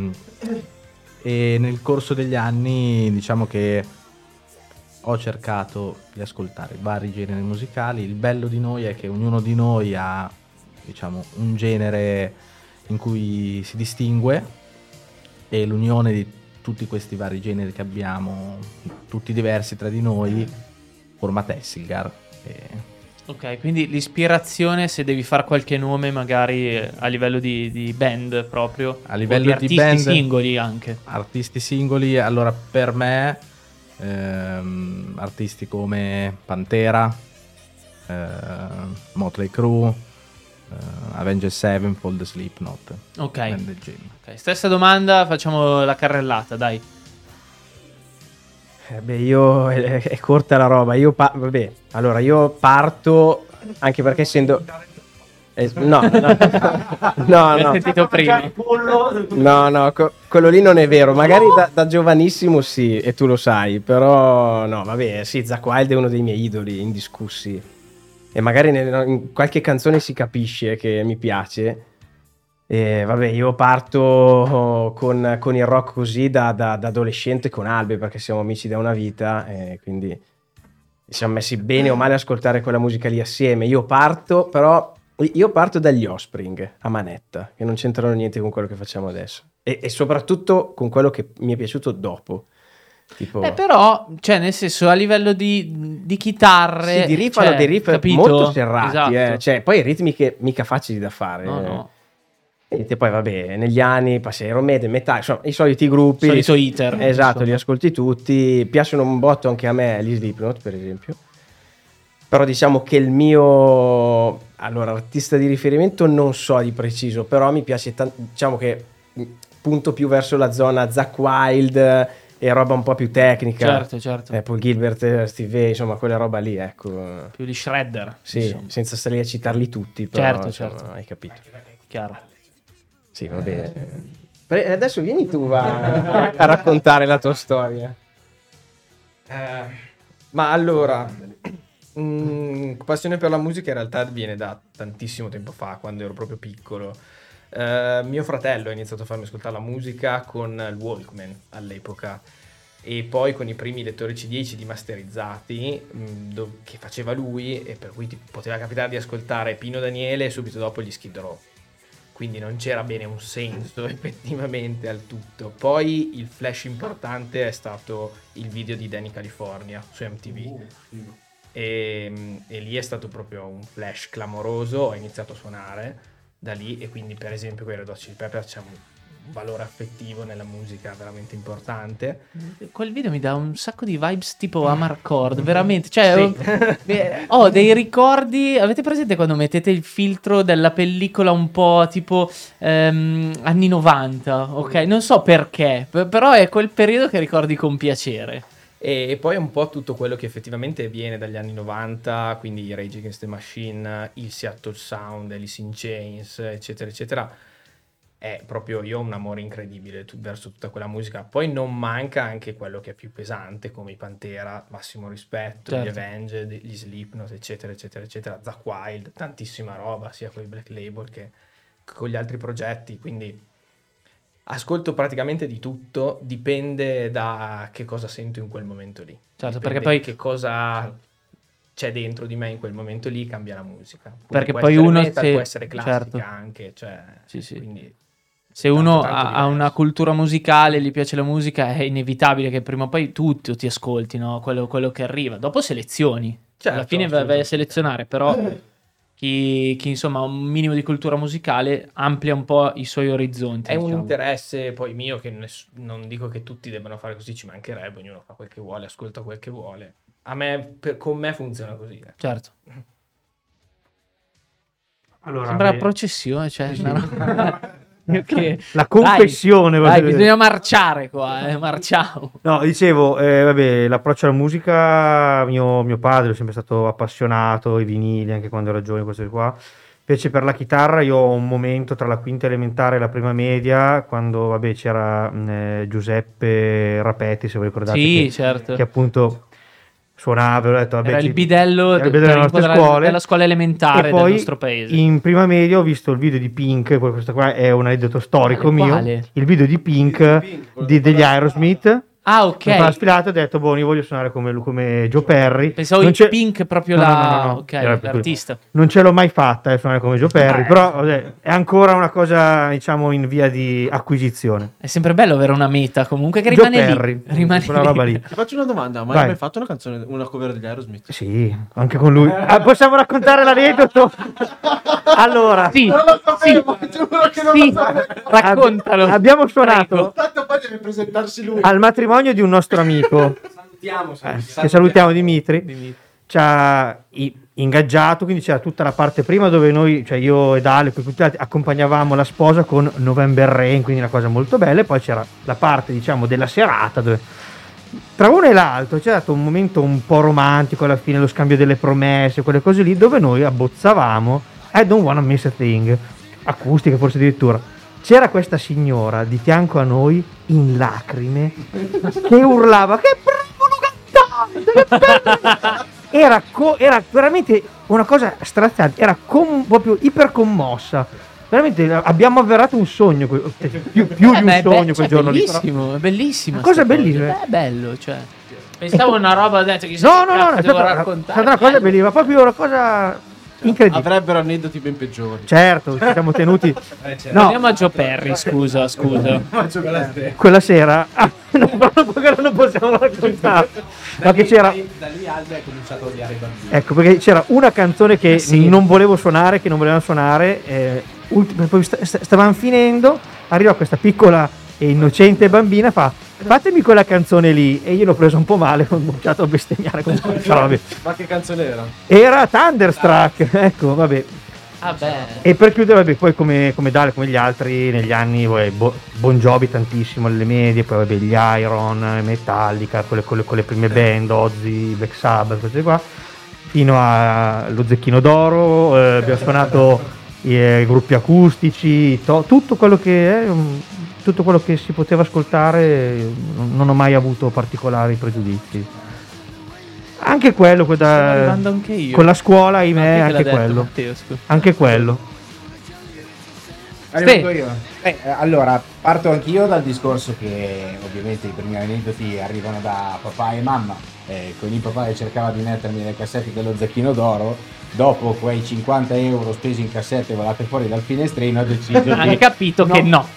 nel corso degli anni diciamo che ho cercato di ascoltare vari generi musicali. Il bello di noi è che ognuno di noi ha, diciamo, un genere in cui si distingue, e l'unione di tutti questi vari generi che abbiamo, tutti diversi tra di noi, forma Tessilgar. Ok, quindi l'ispirazione, se devi fare qualche nome magari a livello di band proprio, A livello o di di artisti band, singoli anche. artisti singoli, allora per me artisti come Pantera, Motley Crue, Avenged Sevenfold, Slipknot, Ok. and the Gym. Ok, stessa domanda, facciamo la carrellata, dai. Io è corta la roba. Vabbè, allora io parto anche perché essendo no, L'ho sentito prima. quello lì non è vero. Magari da giovanissimo sì, e tu lo sai, però no, vabbè, sì, Zakk Wylde è uno dei miei idoli indiscussi. E magari in qualche canzone si capisce che mi piace. E vabbè, io parto con il rock così da adolescente con Albe, perché siamo amici da una vita e quindi ci siamo messi bene o male a ascoltare quella musica lì assieme. Io parto dagli Offspring a manetta, che non c'entrano niente con quello che facciamo adesso, e soprattutto con quello che mi è piaciuto dopo. Tipo... però, cioè, nel senso, a livello di chitarre, Sì, di riff, cioè, hanno dei riff capito? molto serrati, Esatto. Cioè, poi ritmiche mica facili da fare. No. E poi vabbè, negli anni passi Iron Maiden, Metallica, insomma, i soliti gruppi. Solito iter. Esatto, insomma. li ascolti tutti. Piacciono un botto anche a me gli Slipknot, per esempio. Però diciamo che il mio artista di riferimento non so di preciso, però mi piace diciamo che punto più verso la zona Zakk Wylde e roba un po' più tecnica. Certo. Paul Gilbert, Steve Vai, insomma, quella roba lì, ecco. Più di Shredder. Sì, insomma. senza stare lì a citarli tutti, però Certo. hai capito. Chiaro. Sì, va bene. Adesso vieni tu a raccontare la tua storia. Ma allora, passione per la musica in realtà viene da tantissimo tempo fa, quando ero proprio piccolo. Mio fratello ha iniziato a farmi ascoltare la musica con il Walkman all'epoca, e poi con i primi lettori CD e CD masterizzati che faceva lui, e per cui ti poteva capitare di ascoltare Pino Daniele e subito dopo gli Skid Row. Quindi non c'era bene un senso effettivamente al tutto. Poi il flash importante è stato il video di Danny California su MTV. E lì è stato proprio un flash clamoroso. Ho iniziato a suonare da lì, e quindi per esempio con i Red Hot Chili Peppers c'è un valore affettivo nella musica veramente importante. Quel video mi dà un sacco di vibes tipo Amarcord, veramente, cioè ho dei ricordi. Avete presente quando mettete il filtro della pellicola un po' tipo anni 90, ok? Non so perché, però è quel periodo che ricordi con piacere. E poi un po' tutto quello che effettivamente viene dagli anni 90, quindi Rage Against the Machine, il Seattle Sound, Alice in Chains, eccetera eccetera. È proprio, io ho un amore incredibile verso tutta quella musica. Poi non manca anche quello che è più pesante, come i Pantera, massimo rispetto, Certo. gli Avenged, gli Slipknot, eccetera eccetera eccetera, Zakk Wylde, tantissima roba sia con i Black Label che con gli altri progetti. Quindi ascolto praticamente di tutto, dipende da che cosa sento in quel momento lì. Certo, Dipende perché poi che cosa c'è dentro di me in quel momento lì, cambia la musica. Perché Può poi essere uno metal, se- può essere classica certo. anche, cioè, Sì. quindi Se uno tanto ha diverso. una cultura musicale, gli piace la musica, è inevitabile che prima o poi tu ti ascolti, no? Quello che arriva. Dopo selezioni. Certo, Alla fine vai a selezionare, però chi insomma ha un minimo di cultura musicale amplia un po' i suoi orizzonti. È un diciamo. interesse poi mio, che non dico che tutti debbano fare così, ci mancherebbe, ognuno fa quel che vuole, ascolta quel che vuole. A me, con me funziona così. Certo. Allora, Sembra la beh, processione, cioè che- la confessione. Dai, voglio dire. bisogna marciare qua, marciamo. No, dicevo, vabbè, l'approccio alla musica, mio padre è sempre stato appassionato, i vinili, anche quando era giovane, queste qua. Invece per la chitarra io ho un momento tra la quinta elementare e la prima media, quando vabbè, c'era Giuseppe Rapetti, se vi ricordate, Sì, certo. che appunto suonava, ho detto, vabbè, Era il bidello era il bidello delle nostre scuole. della scuola elementare E del poi nostro paese. in prima media ho visto il video di Pink, poi questo qua è un aneddoto storico mio, Quale? il video di Pink degli Aerosmith. Ah, ok. Mi fa la sfilata e ho detto, boh, io voglio suonare come Joe Perry. Pensavo Non il c'è- Pink proprio No, la... no, no, ok, era per cui- l'artista. Non ce l'ho mai fatta suonare come Joe Perry, però vabbè, è ancora una cosa, diciamo, in via di acquisizione. È sempre bello avere una meta comunque che Joe rimane Perry, lì. Rimane quella lì. roba lì. Ti faccio una domanda, ma Vai. hai mai fatto una canzone, una cover degli Aerosmith? Sì, anche con lui. Possiamo raccontare l'aneddoto? Allora, Sì, giuro che non sì, lo sapevo. raccontalo. abbiamo suonato Prego. Tanto poi deve presentarsi lui. al matrimonio di un nostro amico. che salutiamo Dimitri. Ci ha ingaggiato, quindi c'era tutta la parte prima dove noi, cioè io ed Ale, accompagnavamo la sposa con November Rain, quindi una cosa molto bella, e poi c'era la parte, diciamo, della serata dove tra uno e l'altro c'era stato un momento un po' romantico alla fine, lo scambio delle promesse, quelle cose lì, dove noi abbozzavamo I Don't Wanna Miss a Thing, acustica forse addirittura. C'era questa signora di fianco a noi in lacrime che urlava che bravo cantante, era veramente una cosa straziante, era proprio ipercommossa. Veramente abbiamo avverato un sogno, più di un sogno quel giorno lì. È bellissimo. Una cosa bellissima. È bello, cioè. Pensavo una roba detto che no, è stata una cosa bellissima, proprio una cosa incredibile. Avrebbero aneddoti ben peggiori. Certo, ci siamo tenuti. No. Andiamo a Joe Perry, scusa. Quella sera non possiamo raccontare. Da lì Aldo è cominciato a odiare i bambini. Ecco, perché c'era una canzone che non volevo suonare, che non volevano suonare, poi stavamo finendo, arriva questa piccola e innocente bambina, fatemi quella canzone lì, e io l'ho preso un po' male, ho cominciato a bestemmiare con Ma che canzone era? Era Thunderstruck, ecco, vabbè. E per chiudere, vabbè, poi come Dale, come gli altri negli anni, Bon Jovi tantissimo alle medie, poi vabbè, gli Iron, Metallica, con le prime band, Ozzy, Black Sabbath, queste qua, fino allo Zecchino d'Oro, abbiamo suonato i gruppi acustici, tutto quello che si poteva ascoltare, non ho mai avuto particolari pregiudizi. Anche quello con la scuola, ahimè, anche quello. Matteo, anche quello. Arrivo io. Allora, parto anch'io dal discorso che ovviamente i primi aneddoti arrivano da papà e mamma. Con il papà che cercava di mettermi le cassette dello Zecchino d'Oro, dopo quei 50 euro spesi in cassette volate fuori dal finestrino, ho deciso Hai capito che no.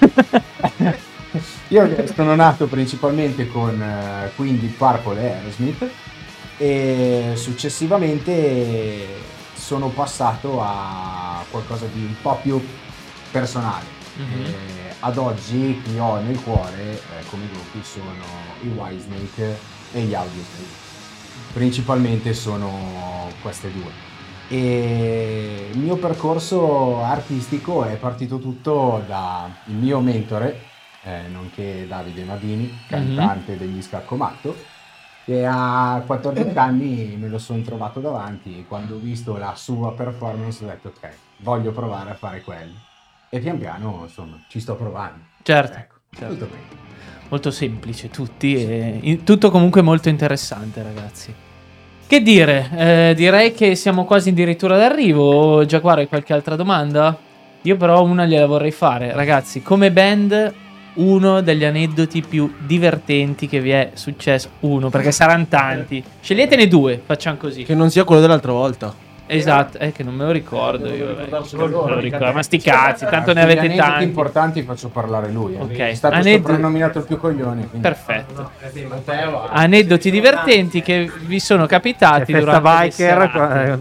Io sono nato principalmente con Queen, Deep Purple e Aerosmith, e successivamente sono passato a qualcosa di un po' più personale. Ad oggi chi ho nel cuore come gruppi sono i Whitesnake e gli Audioslave, principalmente sono queste due. E il mio percorso artistico è partito tutto da il mio mentore, nonché Davide Madini, cantante degli Scaccomatto, e a 14 anni me lo sono trovato davanti, e quando ho visto la sua performance ho detto ok, voglio provare a fare quello, e pian piano insomma ci sto provando. Certo. Tutto bene. Molto semplice tutti, e tutto comunque molto interessante, ragazzi. Che dire, direi che siamo quasi addirittura d'arrivo. Giaguaro, hai qualche altra domanda? Io però una gliela vorrei fare. Ragazzi, come band, uno degli aneddoti più divertenti che vi è successo, perché saranno tanti, sceglietene due, facciamo così. Che non sia quello dell'altra volta. Esatto, è che non me lo ricordo io, ma sti cazzi, tanto ne avete tanti importanti, faccio parlare lui. Ok, è stato soprannominato il più coglione, quindi. Perfetto. Aneddoti divertenti che vi sono capitati durante Biker,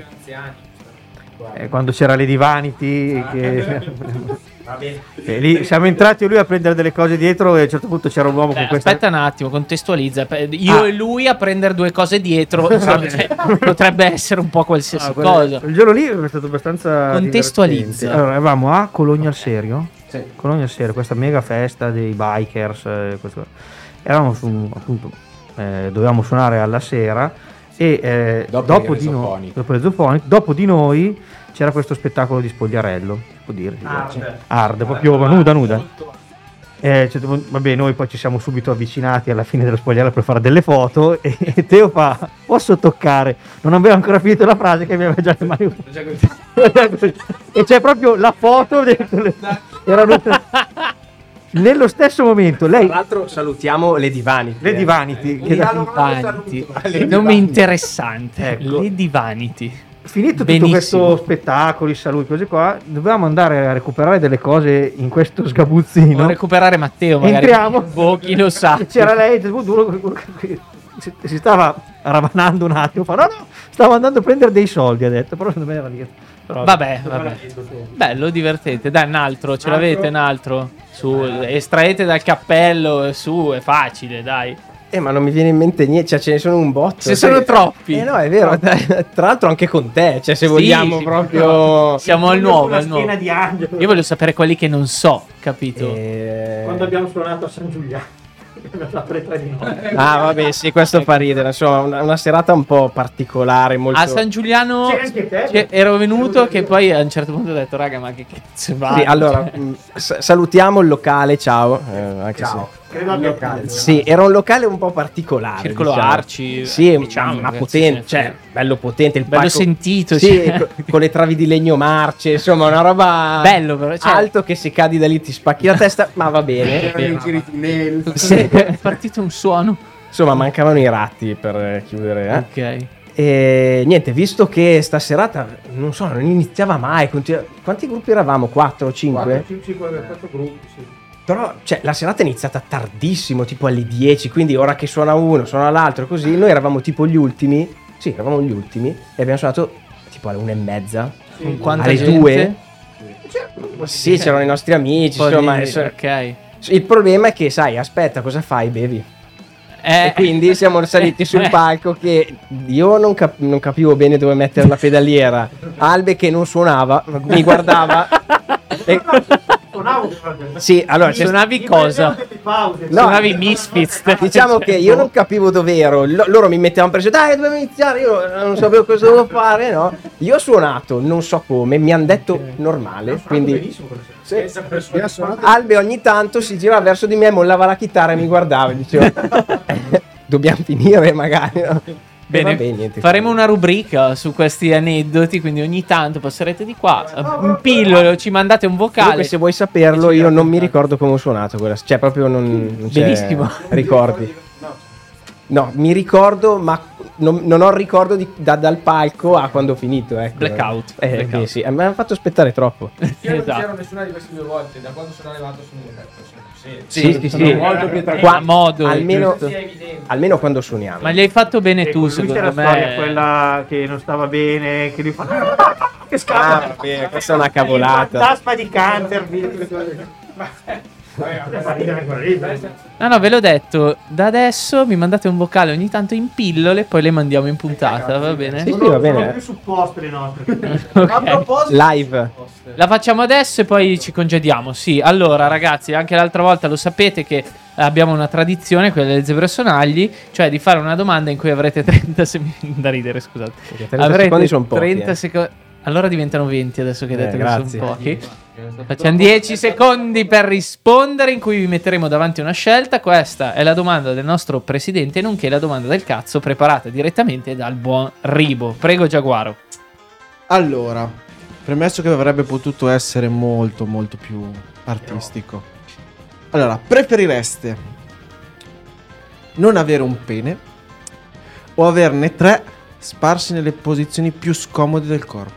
quando c'era Lady Vanity lì siamo entrati lui a prendere delle cose dietro, e a un certo punto c'era un uomo con questa. Aspetta un attimo, contestualizza. Io e lui a prendere due cose dietro, potrebbe essere un po' qualsiasi cosa. Il giorno lì è stato abbastanza contestualizza. Allora, eravamo a Cologno al Serio. Sì. Cologno al Serio, questa mega festa dei bikers, eravamo appunto dovevamo suonare alla sera, e dopo di noi c'era questo spettacolo di Spogliarello, si può dire, hard, proprio nuda. Vabbè, noi poi ci siamo subito avvicinati alla fine dello Spogliarello per fare delle foto, e Teo fa: posso toccare? Non aveva ancora finito la frase che mi aveva già le mani. E c'è proprio la foto erano nello stesso momento lei. Tra l'altro salutiamo Lady Vanity. Lady Vanity, nome interessante. Ecco. Lady Vanity. Finito tutto questo spettacolo, i saluti, cose qua, dovevamo andare a recuperare delle cose in questo sgabuzzino. A recuperare Matteo, magari. Entriamo. Chi lo sa. C'era lei, si stava ravanando un attimo. No, stavo andando a prendere dei soldi, ha detto, però non era lì. Vabbè. Bello, divertente. Dai, un altro, ce l'avete un altro? Su, estraete dal cappello, su, è facile, dai. Ma non mi viene in mente niente, cioè ce ne sono un botto. Ce sono troppi. No, è vero. Tra l'altro anche con te, cioè se vogliamo sì, proprio... Siamo al nuovo, Una al nuovo. schiena di angelo. Io voglio sapere quelli che non so, capito? Quando abbiamo suonato a San Giuliano. La preta di noi. Ah, vabbè, sì, questo fa ridere. Insomma, una serata un po' particolare, molto... A San Giuliano C'era anche te? ero venuto che poi a un certo punto ho detto raga ma che cazzo va? Sì, allora, salutiamo il locale, ciao. Anche Ciao. Credo abbia caldo. Sì, era un locale un po' particolare. Circolo diciamo. Arci, Sì, diciamo, ma ragazzi, potente, sì. cioè, bello potente. Il Bello palco- sentito, Sì, cioè. con le travi di legno marce, insomma, una roba Bello, però, cioè- alto che se cadi da lì ti spacchi la testa, ma va bene. C'erano i giri tunnel. Sì. È partito un suono. Insomma, mancavano i ratti per chiudere, Ok. E niente, visto che sta serata, non so, non iniziava mai. Quanti gruppi eravamo? 4 o 5? 4 gruppi, sì. Però, cioè, la serata è iniziata tardissimo, tipo alle 10, quindi ora che suona uno, suona l'altro, così. Noi eravamo tipo gli ultimi. Sì, eravamo gli ultimi. E abbiamo suonato tipo alle 1:30. Con quanta alle gente? 2. Sì, c'erano i nostri amici, Un po' insomma. di- ok. Il problema è che, sai, aspetta, cosa fai? Bevi. E Eh, quindi siamo saliti sul palco che io non capivo bene dove mettere la pedaliera. Albe che non suonava, mi guardava. E- Suonavo. sì, allora c'è- suonavi cosa? Pause. No. Suonavi Misfits. diciamo che io non capivo dove ero. Loro mi mettevano pressione, dai, dobbiamo iniziare. Io non sapevo cosa dovevo fare, no? Io ho suonato, non so come, mi hanno detto normale. Quindi Io sono Albe ogni tanto si girava verso di me, mollava la chitarra e mi guardava e diceva dobbiamo finire magari, no? E Bene, vabbè, niente. faremo una rubrica su questi aneddoti, quindi ogni tanto passerete di qua, un pillolo, ci mandate un vocale. Comunque, se vuoi saperlo, io non mi ricordo come ho suonato quella. Cioè, proprio non c'è Benissimo. ricordi. No, mi ricordo, ma non ho il ricordo dal palco a quando ho finito. Ecco. Blackout. Blackout. Beh, sì, mi hanno fatto aspettare troppo. Io non c'ero Esatto. nessuna di queste 2 volte, da quando sono arrivato sono Sì. molto più tranquillo. Qua, modo, almeno, giusto. almeno quando suoniamo. Ma gli hai fatto bene tu, Lui secondo c'era me. la storia, quella che non stava bene, che lui fa che Ah, scappa. vabbè, questa è una cavolata. Il fantasma di Canterville. Fa ridere quella lì. No, ve l'ho detto, da adesso mi mandate un vocale ogni tanto in pillole, poi le mandiamo in puntata, va bene? Sì, va bene. Sono più supposte le nostre. Ok. Live. La facciamo adesso e poi ci congediamo. Sì, allora ragazzi, anche l'altra volta lo sapete che abbiamo una tradizione, quella delle zebre sonagli, cioè di fare una domanda in cui avrete 30 secondi. Da ridere, scusate. 30 secondi sono pochi. 30 secondi. Allora diventano 20 adesso che hai detto che grazie. sono pochi. Facciamo 10 secondi per rispondere, in cui vi metteremo davanti una scelta. Questa è la domanda del nostro presidente, nonché la domanda del cazzo, preparata direttamente dal buon Ribo. Prego, Giaguaro. Allora, premesso che avrebbe potuto essere molto molto più artistico. Allora, preferireste non avere un pene o averne 3 sparsi nelle posizioni più scomode del corpo?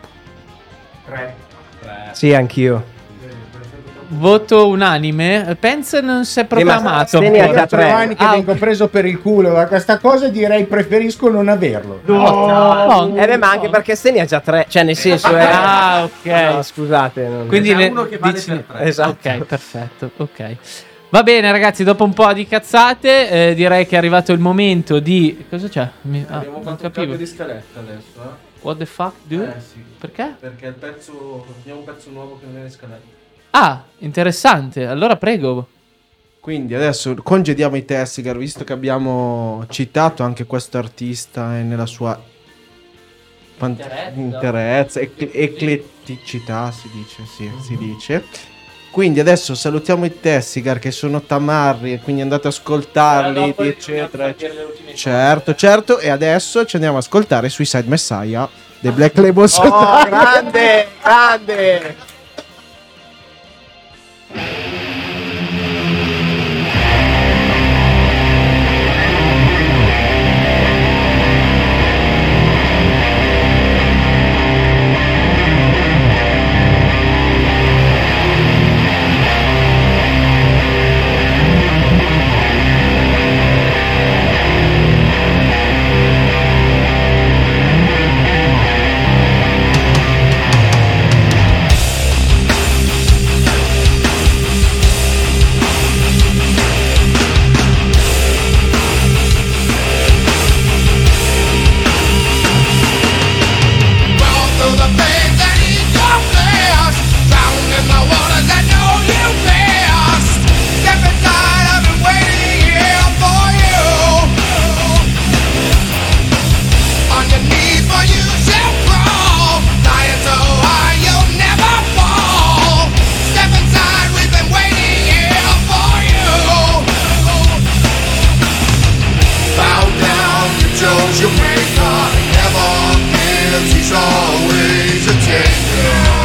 Sì, anch'io. Voto unanime. Penso non si è ma proclamato. se ne ha ancora. già tre. Giovanni che Ah, vengo preso per il culo da questa cosa, direi preferisco non averlo. No. Ma anche perché Steni ha già 3, cioè nel senso Ah, ok. No, scusate, Quindi C'è le, uno che vale dici- per 3. Esatto. Ok, perfetto. Ok. Va bene, ragazzi. Dopo un po' di cazzate, direi che è arrivato il momento di. Cosa c'è? Abbiamo Non fatto un capivo. cambio di scaletta adesso, What the fuck, dude? sì. Perché? Perché il pezzo. Abbiamo un pezzo nuovo che non è in scaletta. Ah, interessante. Allora prego. Quindi adesso congediamo i Tessigar, visto che abbiamo citato anche questo artista nella sua interezza, ecletticità si dice, sì, si dice. Quindi adesso salutiamo i Tessigar che sono tamarri e quindi andate ad ascoltarli, eccetera, eccetera. Certo, e adesso ci andiamo ad ascoltare Suicide Messiah dei Black Label Oh, Society. grande, grande. chose your maker, he never gives, he's always a taker.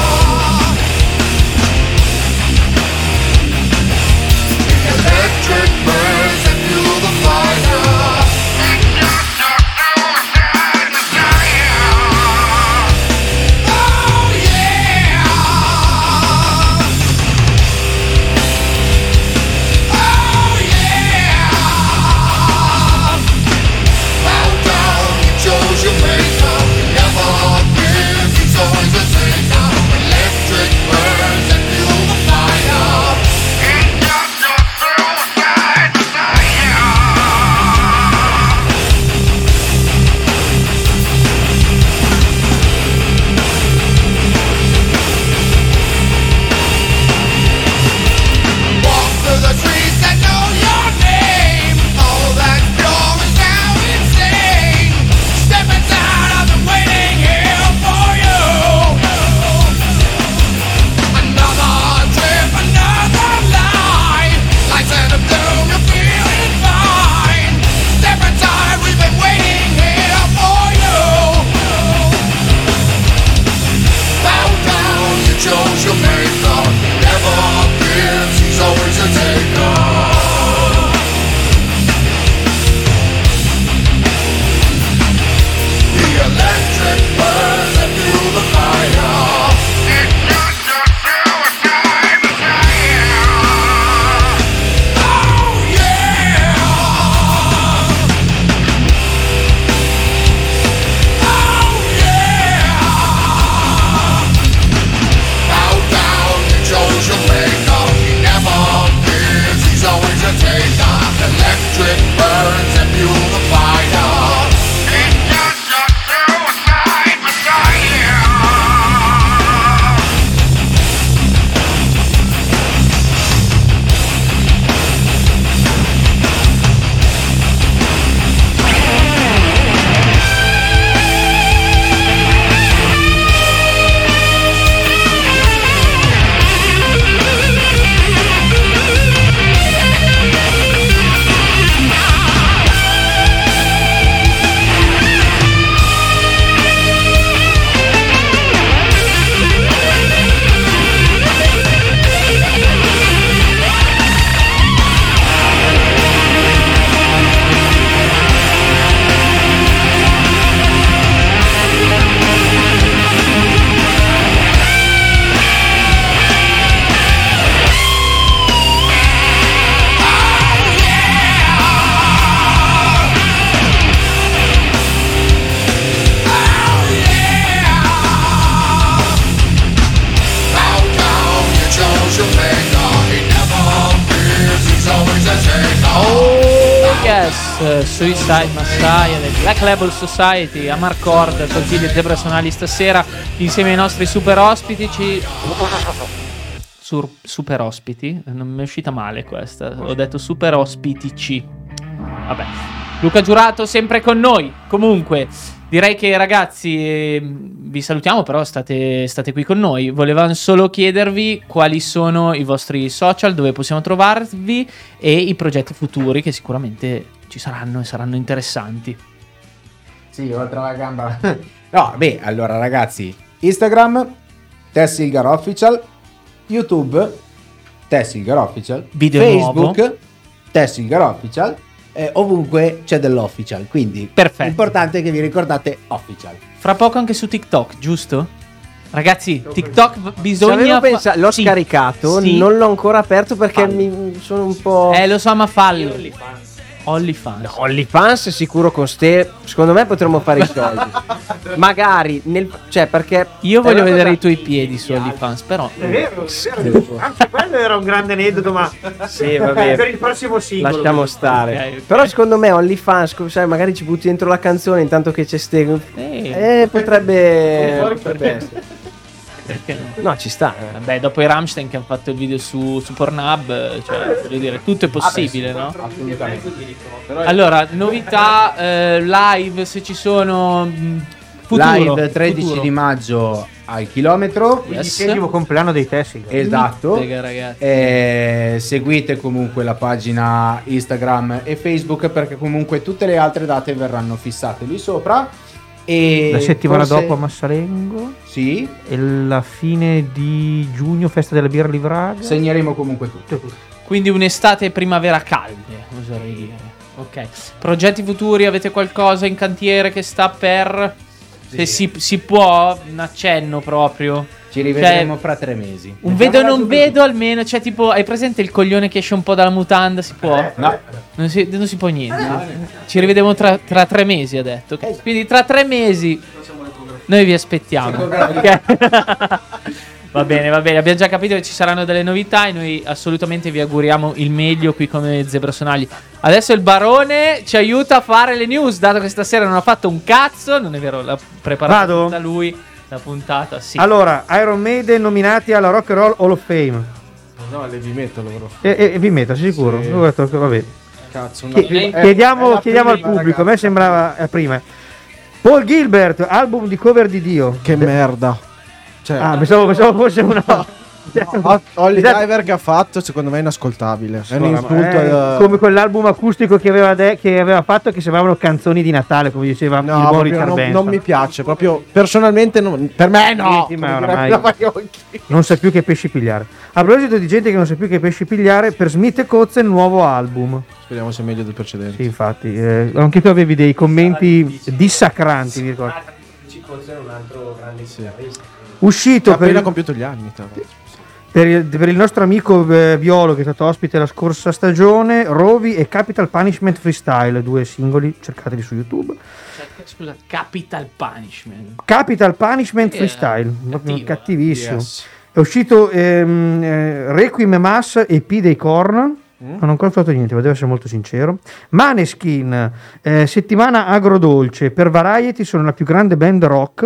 Electric birds that fuel the fire. It's just a suicide messiah. Oh yeah. Oh yeah. Bow down, you chose your maker. He never gives, he's always a taker. Electric birds that fuel the fire. It's just a suicide messiah. Walk through the streets that know your name. All that's pure is now insane. Step inside, I've been waiting here for you. Another trip, another lie. Lights in the doom, you're feeling fine. Step inside, we've been waiting here for you. Bow down, you chose your maker. Never gives, he's always a taker. The electric birds that fuel the fire. It's just a suicide messiah. Oh yeah. Oh yeah. Bow down, you chose your maker. He never gives, he's always a taker. Electric birds that fuel the fire. It's just a suicide messiah. Bow down, you chose your maker. He never gives, he's always a taker. Oh yes, Suicide Messiah del Black Label Society a Marcord, Consigli e Zebra Sonali stasera insieme ai nostri super ospiti. Super ospiti? Non mi è uscita male questa, ho detto super ospitici. Vabbè, Luca Giurato sempre con noi. Comunque direi che ragazzi vi salutiamo, però state qui con noi. Volevamo solo chiedervi quali sono i vostri social, dove possiamo trovarvi e i progetti futuri che sicuramente ci saranno e saranno interessanti. Sì, oltre alla gamba. No, beh, allora ragazzi, Instagram, Tessilgar Official, YouTube, Tessilgar Official, Video Facebook, nuovo. Tessilgar Official, ovunque c'è dell'official, quindi Perfetto. l'importante è che vi ricordate official. Fra poco anche su TikTok, giusto? Ragazzi, TikTok Ci bisogna avevo pensato, l'ho sì, scaricato, sì. non l'ho ancora aperto perché mi sono un po'... Lo so, ma fallo. OnlyFans. No, OnlyFans sicuro con ste. Secondo me potremmo fare i soldi. Magari cioè perché Io voglio una vedere cosa- i tuoi piedi su OnlyFans, però È vero, anche quello era un grande aneddoto, ma Sì, vabbè. per il prossimo singolo. Lasciamo stare. Ok, ok. Però secondo me OnlyFans, sai, magari ci butti dentro la canzone intanto che c'è ste. Potrebbe essere. Perché no? No, ci sta. Vabbè, dopo i Rammstein che hanno fatto il video su Pornhub, cioè, voglio dire, tutto è possibile, no? Assolutamente. Allora, novità live, se ci sono, futuro, Live 13 futuro. di maggio al chilometro. Il decimo compleanno dei Tessica. Esatto. Mittega, ragazzi. Seguite comunque la pagina Instagram e Facebook, perché comunque tutte le altre date verranno fissate lì sopra. E La settimana forse- dopo a Massalengo Sì, e la fine di giugno festa della birra Livraga. segneremo comunque tutto. Quindi un'estate e primavera calde, oserei dire. Ok. Progetti futuri, avete qualcosa in cantiere che sta per... Se si può, un accenno proprio. Ci rivedremo fra 3 mesi. Un vedo e non vedo almeno, cioè tipo, hai presente il coglione che esce un po' dalla mutanda? Si può? No. Non si può niente. Ci rivedremo tra 3 mesi, ha detto. Quindi tra 3 mesi noi vi aspettiamo. Ok? Va bene, abbiamo già capito che ci saranno delle novità e noi assolutamente vi auguriamo il meglio qui come Zebrasonagli. Adesso il Barone ci aiuta a fare le news, dato che stasera non ha fatto un cazzo, non è vero, l'ha preparata Vado? tutta lui, la puntata, sì. Allora, Iron Maiden nominati alla Rock and Roll Hall of Fame. No, le vi metto loro. E vi metto, sei sicuro? Sì. Ho detto che vabbè. Cazzo, no. Chiediamo al prima, pubblico, a me ragazzi. sembrava prima. Paul Gilbert, album di cover di Dio. Che merda. Cioè, Pensavo fosse una... Holly Esatto. Diver che ha fatto, secondo me è inascoltabile. È un Ora, insulto. come quell'album acustico che aveva fatto, che sembravano canzoni di Natale, come diceva il No, buon proprio Richard non Benson. mi piace. Proprio personalmente, per me no. Sì, ma Come oramai- direbbe la Mariocchi. Non sa più che pesci pigliare. A proposito di gente che non sa più che pesci pigliare, per Smith e Cotzen nuovo album. Speriamo sia meglio del precedente. Sì, infatti. Anche tu avevi dei commenti dissacranti, mi ricordo. un altro grande chitarrista. Uscito Ha per appena il, compiuto gli anni. Tra l'altro. per il nostro amico Violo, che è stato ospite la scorsa stagione, Rovi e Capital Punishment Freestyle, 2 singoli, cercateli su YouTube. Scusa, Capital Punishment. Capital Punishment Freestyle, cattivo. cattivissimo. Yes. È uscito Requiem Mass EP dei Korn. Non ho ancora fatto niente, devo essere molto sincero. Maneskin, settimana agrodolce. Per Variety sono la più grande band rock,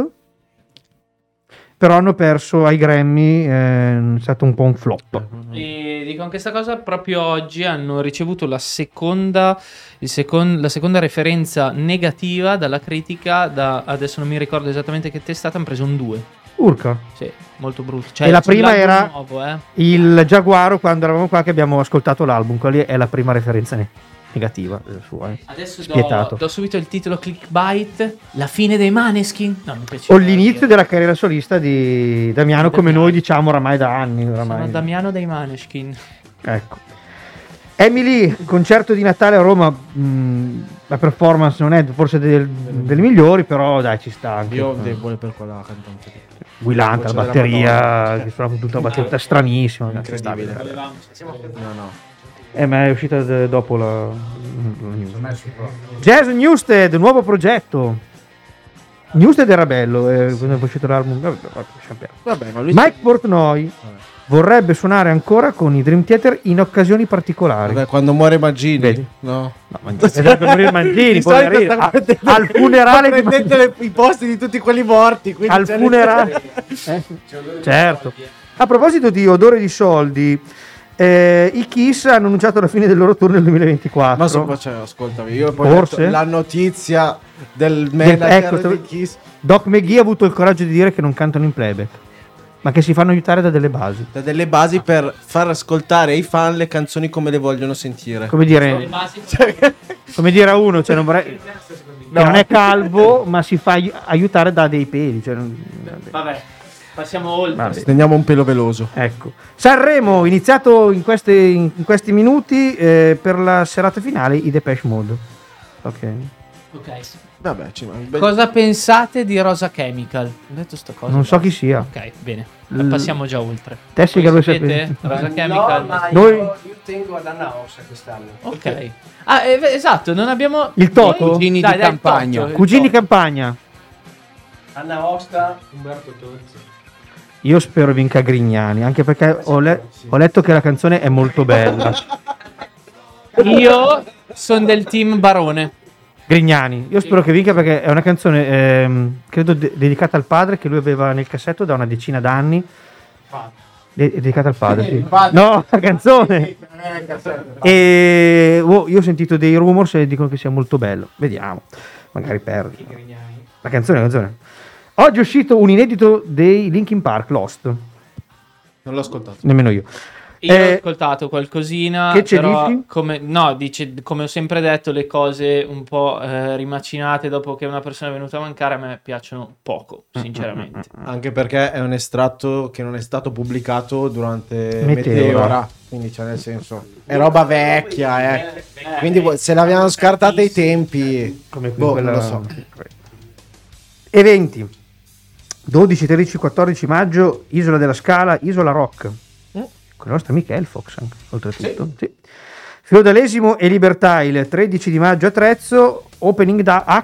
però hanno perso ai Grammy, è stato un po' un flop. E dicono questa cosa proprio oggi hanno ricevuto la seconda referenza negativa dalla critica, adesso non mi ricordo esattamente che testata, hanno preso un 2. Urca. Sì, molto brutto. Cioè, E la prima sull'album era nuovo, il Giaguaro, quando eravamo qua che abbiamo ascoltato l'album. Quella lì è la prima referenza negativa sua. Adesso Spietato. do subito il titolo clickbait. La fine dei Maneskin. No, mi piace. O l'inizio della carriera solista di Damiano, come noi diciamo oramai da anni. Sono Oramai. Damiano dei Maneskin. Ecco. Emily, concerto di Natale a Roma. La performance non è forse delle migliori, però dai, ci sta anche. Io ho debole per quella cantante lì. Guilante, la Voce della batteria, Madonna. che suona tutta batteria stranissima. Incredibile. No, no. Ma è uscita dopo la news. Jazz Newsted, nuovo progetto. Newsted era bello, quando è uscito l'album. Vabbè, lasciamo perdere. Vabbè, ma lui Mike Portnoy vorrebbe suonare ancora con i Dream Theater in occasioni particolari. Vabbè, quando muore Maggini. Vedi? No. No, Manzini, per morire Manzini, Di solito poverino. sta prendendo- Al funerale sta di prendendo i posti di tutti quelli morti. quindi al c'è- funerale. Certo. A proposito di odore di soldi, i Kiss hanno annunciato la fine del loro tour nel 2024. Cioè, ascoltami, io poi Forse? ho letto la notizia del manager ecco, di Kiss. Doc McGee ha avuto il coraggio di dire che non cantano in playback, ma che si fanno aiutare da delle basi. Da delle basi per far ascoltare ai fan le canzoni come le vogliono sentire. Come dire, come dire a uno, cioè non vorrei, che non è calvo, ma si fa aiutare da dei peli. Cioè Vabbè, passiamo oltre. Vabbè. Teniamo un pelo veloso. Ecco. Sanremo, iniziato in questi minuti per la serata finale, i Depeche Mode. Ok. Ok. Vabbè, Cosa pensate di Rosa Chemical? Ho detto sta cosa. Non so chi sia. Ok, bene. Passiamo già oltre. Tessi che Voi lo sapete? sapete. Rosa Chemical. No, ma Noi- io tengo ad Anna Ossa quest'anno. Ok. Ah, esatto, non abbiamo Il Toto? Cugini Dai, di dai, campagna. Toto, il Cugini Toto. campagna. Anna Osta, Umberto Tozzi. Io spero vinca Grignani, anche perché ho letto che la canzone è molto bella. Io sono del team Barone. Grignani, io spero che vinca perché è una canzone credo dedicata al padre, che lui aveva nel cassetto da una decina d'anni. Dedicata al padre, sì. No, la canzone. E io ho sentito dei rumors e dicono che sia molto bello. Vediamo, magari perdi. La canzone. Oggi è uscito un inedito dei Linkin Park, Lost. Non l'ho ascoltato. Nemmeno io. Io ho ascoltato qualcosina, Che ce però dici? dice, come ho sempre detto, le cose un po' rimacinate dopo che una persona è venuta a mancare a me piacciono poco, sinceramente. Anche perché è un estratto che non è stato pubblicato durante Meteora. Meteora. Quindi cioè nel senso è roba vecchia, Quindi se l'avevano scartata ai tempi, Come non lo so. Eventi 12, 13, 14 maggio, Isola della Scala, Isola Rock, con il nostro amico Elfox anche, oltretutto. Sì. Feudalesimo e Libertà il 13 di maggio a Trezzo, opening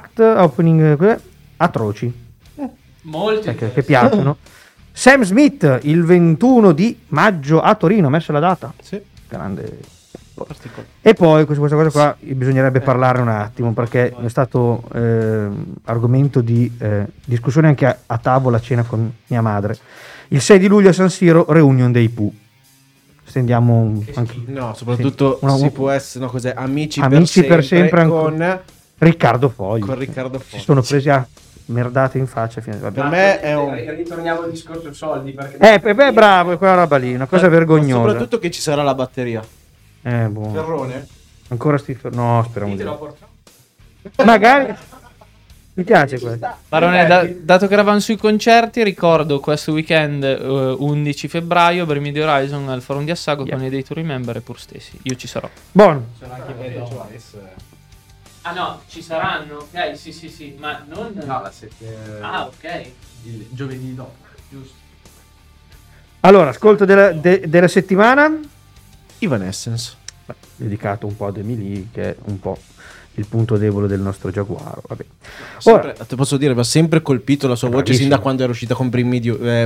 atroci, Molti. che piacciono. Sam Smith il 21 di maggio a Torino, messa la data. Sì. Grande. E poi questa cosa qua bisognerebbe parlarne un attimo, perché è stato argomento di discussione anche a tavola a cena con mia madre. Il 6 di luglio a San Siro, reunion dei Pooh. Stendiamo anche, No, soprattutto sì, si può essere, no, cos'è? Amici per sempre con Riccardo Fogli. con Riccardo Si Fogli. sono presi a merdate in faccia. Vabbè. Per me è un Ritorniamo al discorso soldi, perché Bravo, è quella roba lì, una cosa vergognosa. soprattutto che ci sarà la batteria. Buono. Ferrone? Ancora no, speriamo di no. Magari mi piace questo. Barone, dato che eravamo sui concerti, ricordo questo weekend 11 febbraio Bring the Horizon al Forum di Assago con i Day to Remember e pur stessi. Io ci sarò. Buono. Ah no, ci saranno, ok, sì, ma non... No, la 7. Ah, ok. Il giovedì dopo, giusto? Allora, ascolto della settimana, Evanescence. dedicato un po' ad Emily, che è un po' il punto debole del nostro Giaguaro. Vabbè. Ora, Sempre, ti posso dire, mi ha sempre colpito la sua voce bravissimo. sin da quando era uscita con Bring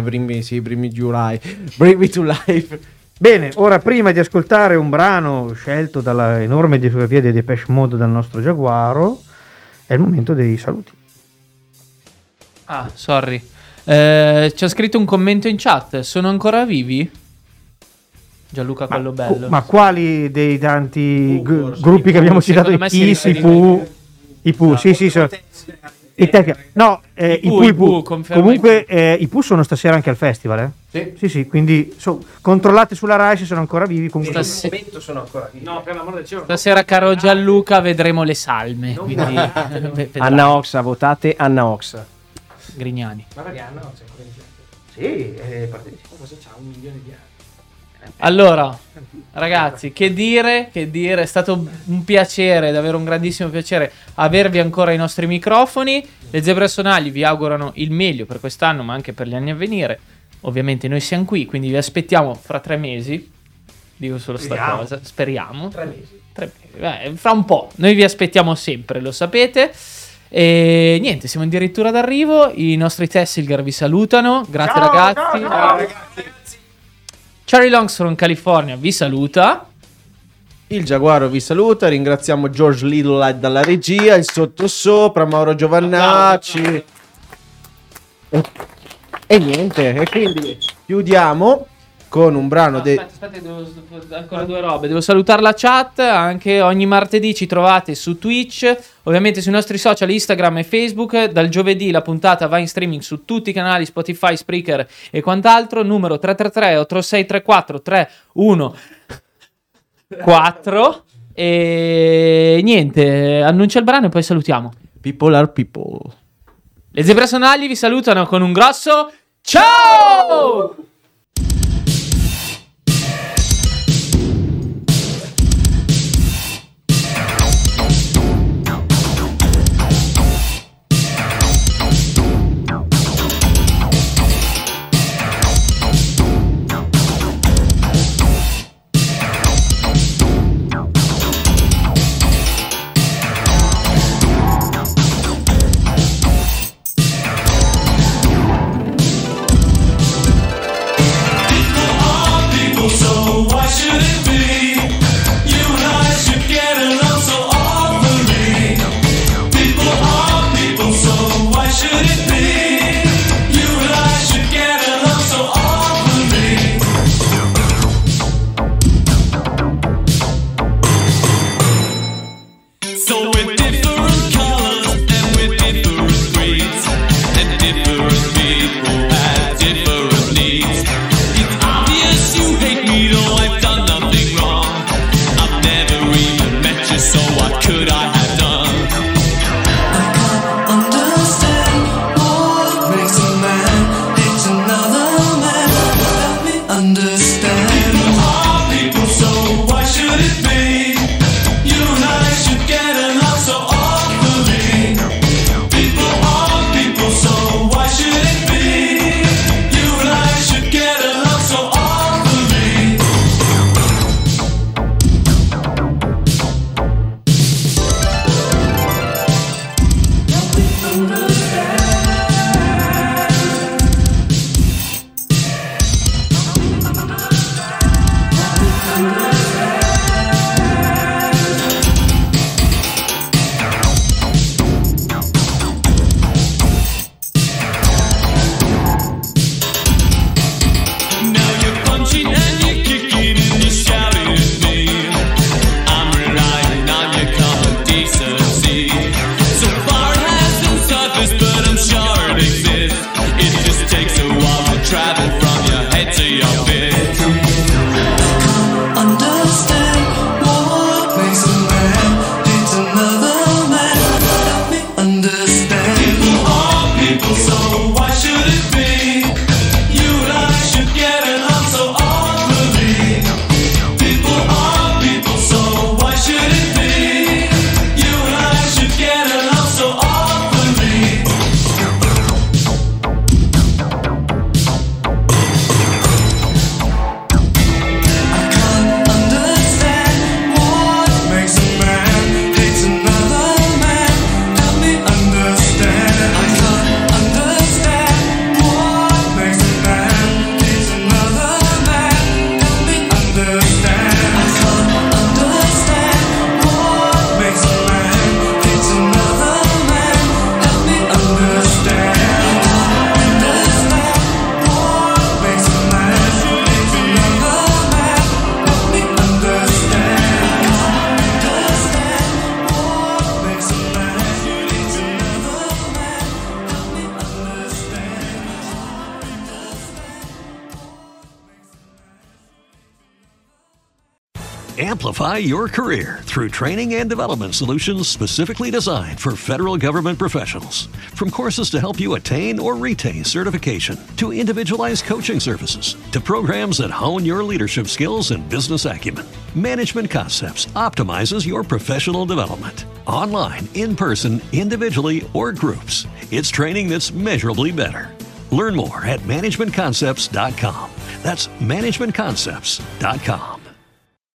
Me to Life. bene, ora prima di ascoltare un brano scelto dalla enorme discografia dei Depeche Mode dal nostro Giaguaro, è il momento dei saluti. Ah, sorry. Ci ha scritto un commento in chat. Sono ancora vivi? Gianluca, quello bello. Ma quali dei tanti gruppi che abbiamo citato? Secondo I me si Kiss, i riferiva- Pooh, sì, sono... i Pooh. confermo Comunque i Pooh sono stasera anche al festival, Sì, quindi controllate sulla Rai se sono ancora vivi. Comunque momento sono ancora vivi. No, per l'amor del cielo. Stasera, caro Gianluca, vedremo le salme. Quindi Anna Oxa, votate Anna Oxa. Grignani. Ma perché Anna non c'è ancora in gente? sì, Cosa c'ha? 1 milione di anni. Allora, ragazzi, che dire? È stato un piacere, davvero un grandissimo piacere avervi ancora ai nostri microfoni. Le Zebre Sonagli vi augurano il meglio per quest'anno, ma anche per gli anni a venire. Ovviamente noi siamo qui, quindi vi aspettiamo fra 3 mesi. Dico solo sta cosa, speriamo. 3 mesi. 3 mesi. Fra un po'. Noi vi aspettiamo sempre, lo sapete. E niente, siamo addirittura d'arrivo. I nostri Tessilgar vi salutano. Grazie ragazzi. Ciao, ragazzi. Cherry Longstrom, California, vi saluta. Il Giaguaro vi saluta, ringraziamo George Little dalla regia, il sottosopra, Mauro Giovannacci. E niente, e quindi chiudiamo con un brano Aspetta, devo ancora 2 robe. Devo salutare la chat. Anche ogni martedì ci trovate su Twitch, ovviamente sui nostri social Instagram e Facebook. Dal giovedì la puntata va in streaming su tutti i canali Spotify, Spreaker e quant'altro. Numero 333-8634-314. E niente, annuncia il brano e poi salutiamo. People are people. Le Zebre Sonagli vi salutano con un grosso ciao! Amplify your career through training and development solutions specifically designed for federal government professionals. From courses to help you attain or retain certification, to individualized coaching services, to programs that hone your leadership skills and business acumen, Management Concepts optimizes your professional development. Online, in person, individually, or groups, it's training that's measurably better. Learn more at managementconcepts.com. That's managementconcepts.com.